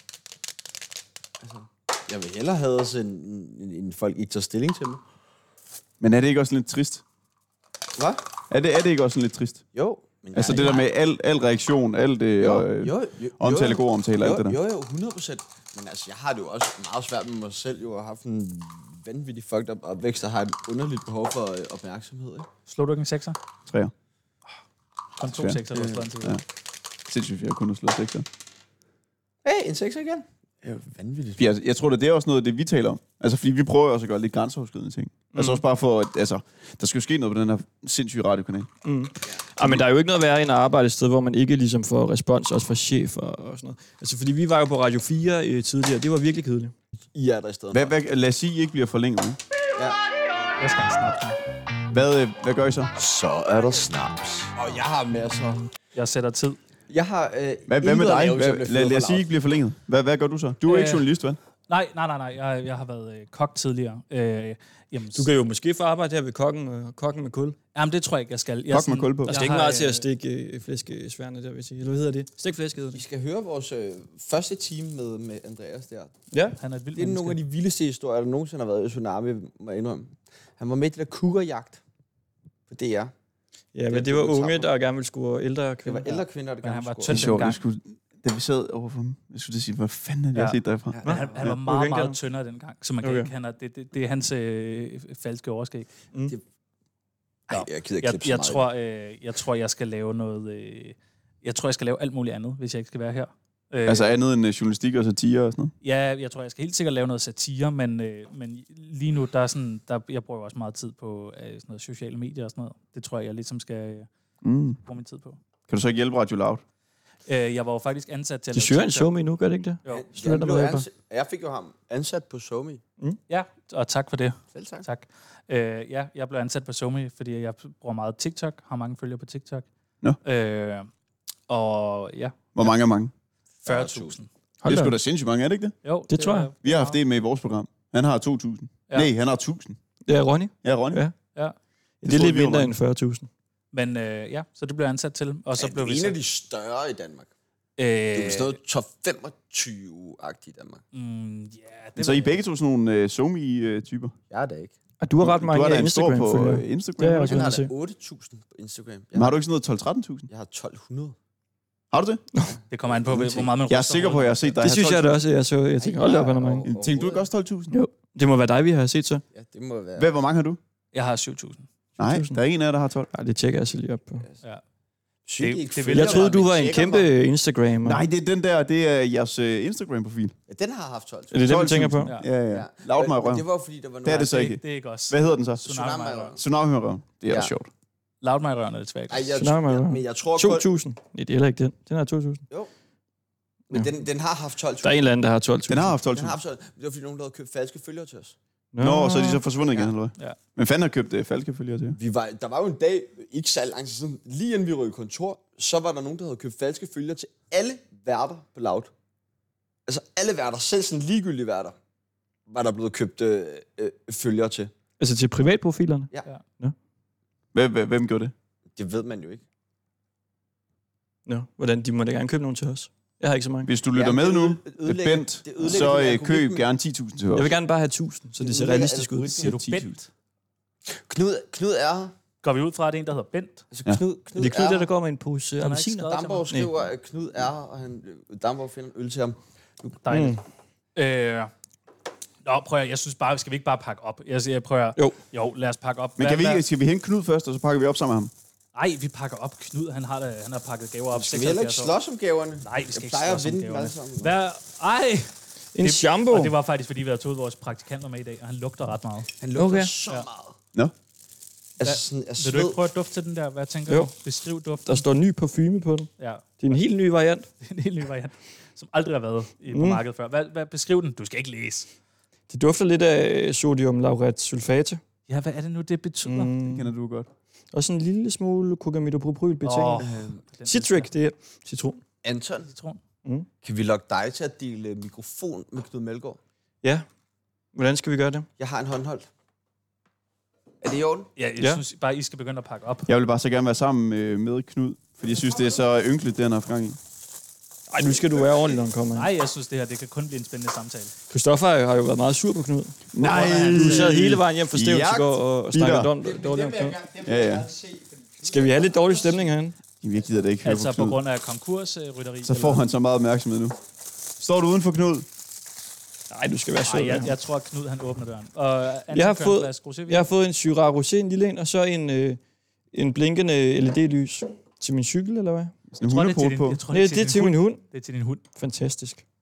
altså, jeg vil hellere have end, end, end folk ikke tager stilling til mig. Men er det ikke også lidt trist? Hvad? Er det, er det ikke også sådan lidt trist? Jo. Men Altså jeg- det der med al, al reaktion, alt det, Jo, og, jo, jo, jo, omtale, jo. god omtale, alt jo, det der. Jo, jo, hundrede procent. Men altså, jeg har det jo også meget svært med mig selv. Jo. Jeg har haft en vanvittig fucked up opvækst, der har et underligt behov for øh, opmærksomhed. Ikke? Slår du ikke en sekser? Træer. Kun to Ja. sekser, du har slået en til. Ja. Sindssygt, jeg kun har slået sekser. Hey, en sekser igen. Det er jo vanvittigt. Jeg, jeg tror, det er også noget af det, vi taler om. Altså, fordi vi prøver jo også at gøre lidt grænseoverskridende ting. Mm. Altså også bare for, at altså, der skal jo ske noget på den her sindssyge radiokanal. Mm. Ja, men der er jo ikke noget værre end at arbejde et sted, hvor man ikke ligesom får respons, også fra chef og, og sådan noget. Altså, fordi vi var jo på Radio fire øh, tidligere, det var virkelig kedeligt. I er der i stedet Hvad, for. hvad, lad os sige, I ikke bliver forlænget. nu. Ja. Jeg skal snakke nu. Hvad, øh, hvad gør I så? Så er der snaps. Og jeg har masser. Jeg sætter tid. Jeg har øh, Hvad, hvad med intet at dig? lave, hvis jeg Hvad, bliver lad, fyret lad os for sige, I loud. ikke bliver forlænget. Hvad, hvad gør du så? Du er Øh, ikke journalist, vel? Nej, nej, nej, nej. Jeg, jeg har været øh, kok tidligere. Øh, jamen, Du kan jo måske få arbejde her ved kokken, øh, kokken med kul. Jamen, det tror jeg ikke, jeg skal. Jeg Kok med kul på. Der skal ikke meget til at stikke øh, flæskesværne der, vil jeg sige. Eller hvad hedder det? Stik flæsk hedder Vi det. skal høre vores øh, første time med, med Andreas der. Ja. Han er et vildt Det er nogle af de vildeste historier, der nogensinde har været i Tsunami, må jeg indrømme. Han var med i det der cougarjagt på D R. Ja, men det var unge, der gerne ville score ældre Det kvinder. var ældre kvinder, der Men han gerne var skulle. tynd Det er sjovt, dengang. jeg skulle, da vi sad overfor ham, jeg skulle sige, hvad fanden er det, jeg Ja. har set derfra? Men han, han var Ja. meget, Okay, meget kan- tyndere dengang, så man kan Okay. ikke, han er, det, det, det er hans øh, falske overskæg. Ej, jeg gider ikke Jeg, klippe så jeg, meget. tror, øh, jeg tror, jeg skal lave noget... Øh, jeg tror, jeg skal lave alt muligt andet, hvis jeg ikke skal være her. Øh, Altså andet end uh, journalistik og satire og sådan noget? Ja, jeg tror, jeg skal helt sikkert lave noget satire, men, øh, men lige nu, der er sådan, der, jeg bruger jo også meget tid på øh, sådan noget sociale medier og sådan noget. Det tror jeg, jeg ligesom skal øh, Mm. bruge min tid på. Kan du så ikke hjælpe Radio Loud? Øh, jeg var jo faktisk ansat til at De lave søger en TikTok. somi nu, gør det ikke det? Jo. Jeg, Studenter blev med hjælper. ansat, jeg fik jo ham ansat på Somi. Ja, og tak for det. Selv tak. Tak. Øh, ja, jeg blev ansat på Somi, fordi jeg bruger meget TikTok, har mange følgere på TikTok. Nå. Øh, og ja, Hvor mange er mange? fyrre tusind. Det er sgu da sindssygt mange, er det ikke det? Jo, Det tror jeg. Vi har haft det med i vores program. Han har to tusind. Ja. Nej, han har tusind. Det er Ronny. Ja, Ronny. Ja. Ja. Det er troede lidt vi var mindre mange. end fyrre tusind. Men øh, ja, så det blev jeg ansat til, og så Er blev du vi en så... af de større i Danmark? Øh, Det er vist noget top femogtyve-agtigt i Danmark. mm, ja, det Så I var- er begge to sådan nogle uh, somi-typer? Jeg er da ikke. Og du har ret mange Du har da en stor på Instagram-følgere. uh, Instagram. Det er jeg har du også ikke? Jeg har se. da otte tusind på Instagram. Jeg Men har har, du ikke sådan noget tolv til tretten tusind? jeg har tolv hundrede. Har du det? Det kommer an på, hvor hvor meget man Jeg er ryster sikker på, at hovedet. jeg har set dig Det have synes jeg da tolv også, jeg så. Jeg tænker, hold da op, han er mange. tusind. Tænkte du ikke også tolv tusind? Jo. Det må være dig, vi har set så. Ja, det må være. Hvad, hvor mange har du? Jeg har syv tusind. Nej, tusind. der er en af jer, der har tolv. Nej, det tjekker jeg så lige op på. Ja. Sygt, det- ikke det følger vil Jeg mig, troede, du men var en tjekker kæmpe mig. Instagrammer. Nej, det er den der, det er jeres uh, Instagram-profil. Ja, den har haft tolv Er det det, du tænker på? Ja. Ja, ja. Ja. Laud mig i Men røven. Det var jo fordi, der var Det er det så Det, ikke. det er ikke os. Hvad hedder den så? Tsunami mig i røven. Tsunami med røven. Det er Ja. da sjovt. Loud mig i røven er det svært. Ej, jeg, Tsunami tror, var- ja, men jeg tror to kun... tusind. Nej, det er heller ikke den. Den har to tusind. Men Ja. den, den har haft tolv tusind. Der er en eller anden, der har tolv tusind. Den har haft tolv Den har tusind. haft tolv. Det var fordi, nogen der havde købt falske følgere til os. Nå, så er de så forsvundet igen, Ja. eller hvad? Ja. Men fanden har købt uh, falske følger til? Vi var, der var jo en dag, ikke så lang tid siden, lige inden vi røg i kontor, så var der nogen, der havde købt falske følgere til alle værter på Loud. Altså alle værter, selv sådan ligegyldige værter, var der blevet købt øh, øh, følgere til. Altså til privatprofilerne? Hvem, hvem gjorde det? Det ved man jo ikke. Nå, hvordan? De må da gerne købe nogen til os. Jeg har ikke så mange. Hvis du lytter Ja, med det nu, øde- ødelægger- Bent, det ødelægger så din øh, algoritme. køb gerne ti tusind til os. Jeg vil gerne bare have tusind, så det ser ødelægger realistisk ud. algoritmen. Siger du ti tusind. Bent? Knud, Knud er her. Går vi ud fra, at det er en, der hedder Bent? Altså, Ja. Knud, Er Knud det Knud, er der, her. der går med en pose har ikke appelsiner? skrevet til Damborg mig. skriver, at Knud er her, og han, Damborg finder en øl til ham. Dejligt. Mm. Øh, nå, prøv at, jeg synes bare, skal vi ikke bare pakke op? Jeg, jeg prøver. Jo. Jo, lad os pakke op. Men kan vi ikke, skal vi hente Knud først, og så pakker vi op sammen med ham? Nej, vi pakker op. Knud, han har, da, han har pakket gaver op. Skal vi heller ikke seksoghalvfjerds år. slås om gaverne? Nej, vi skal Jeg ikke plejer at slås om vinde dem gaverne. alle sammen. Hvad? Ej! En Det- shampoo? Og det var faktisk, fordi vi havde taget vores praktikant var med i dag, og han lugter ret meget. Han lugter Okay. så Ja. meget. Nå. Altså Hvad- sådan, jeg Vil du ikke sved. prøve at dufte til den der? Hvad tænker Jo. du? Beskriv duften. Der står ny parfume på den. Ja, Det er en helt ny variant. det er en helt ny variant, som aldrig har været i, på Mm. markedet før. Hvad, hvad beskriv den? Du skal ikke læse. Det dufter lidt af sodium lauret sulfate. Ja, hvad er det nu, det betyder? Mm. Mm. Kender du godt. Og sådan en lille smule kogamidopropyl betænkt. Åh, Oh. den Citric, det er citron. Anton, Citron. Mm. kan vi lokke dig til at dele mikrofon med Knud Melgaard? Ja. Hvordan skal vi gøre det? Jeg har en håndholdt. Er det i orden? Ja, jeg Ja. synes bare, I skal begynde at pakke op. Jeg vil bare så gerne være sammen med, med Knud, fordi jeg synes, det er så ynkeligt, det han har haft gang i. Ej, nu skal du være ordentlig, når han kommer. Nej, jeg synes, det her det kan kun blive en spændende samtale. Christoffer har jo været meget sur på Knud. Nej! Du sad hele vejen hjem fra Stævns i Jagt. går og snakkede Bitter. dom, dårligt om Knud. Ja, ja. Skal vi have lidt dårlig stemning herinde? Jamen, jeg gider det ikke høre Altså på på Knud. grund af konkursrytteri. Så får han så meget opmærksomhed nu. Står du uden for Knud? Nej, du skal være sød. Nej, jeg, jeg, jeg tror, at Knud han åbner døren. Og Anton jeg, har kører en fået, flaske rosévin. jeg har fået en Syrah Rosé, en lille en, og så en, øh, en blinkende L E D-lys til min cykel, eller hvad? Sådan en tror, det er til hundeport din- på. jeg tror, Nej, det er det er din til min hund. Det er til din hund. Fantastisk.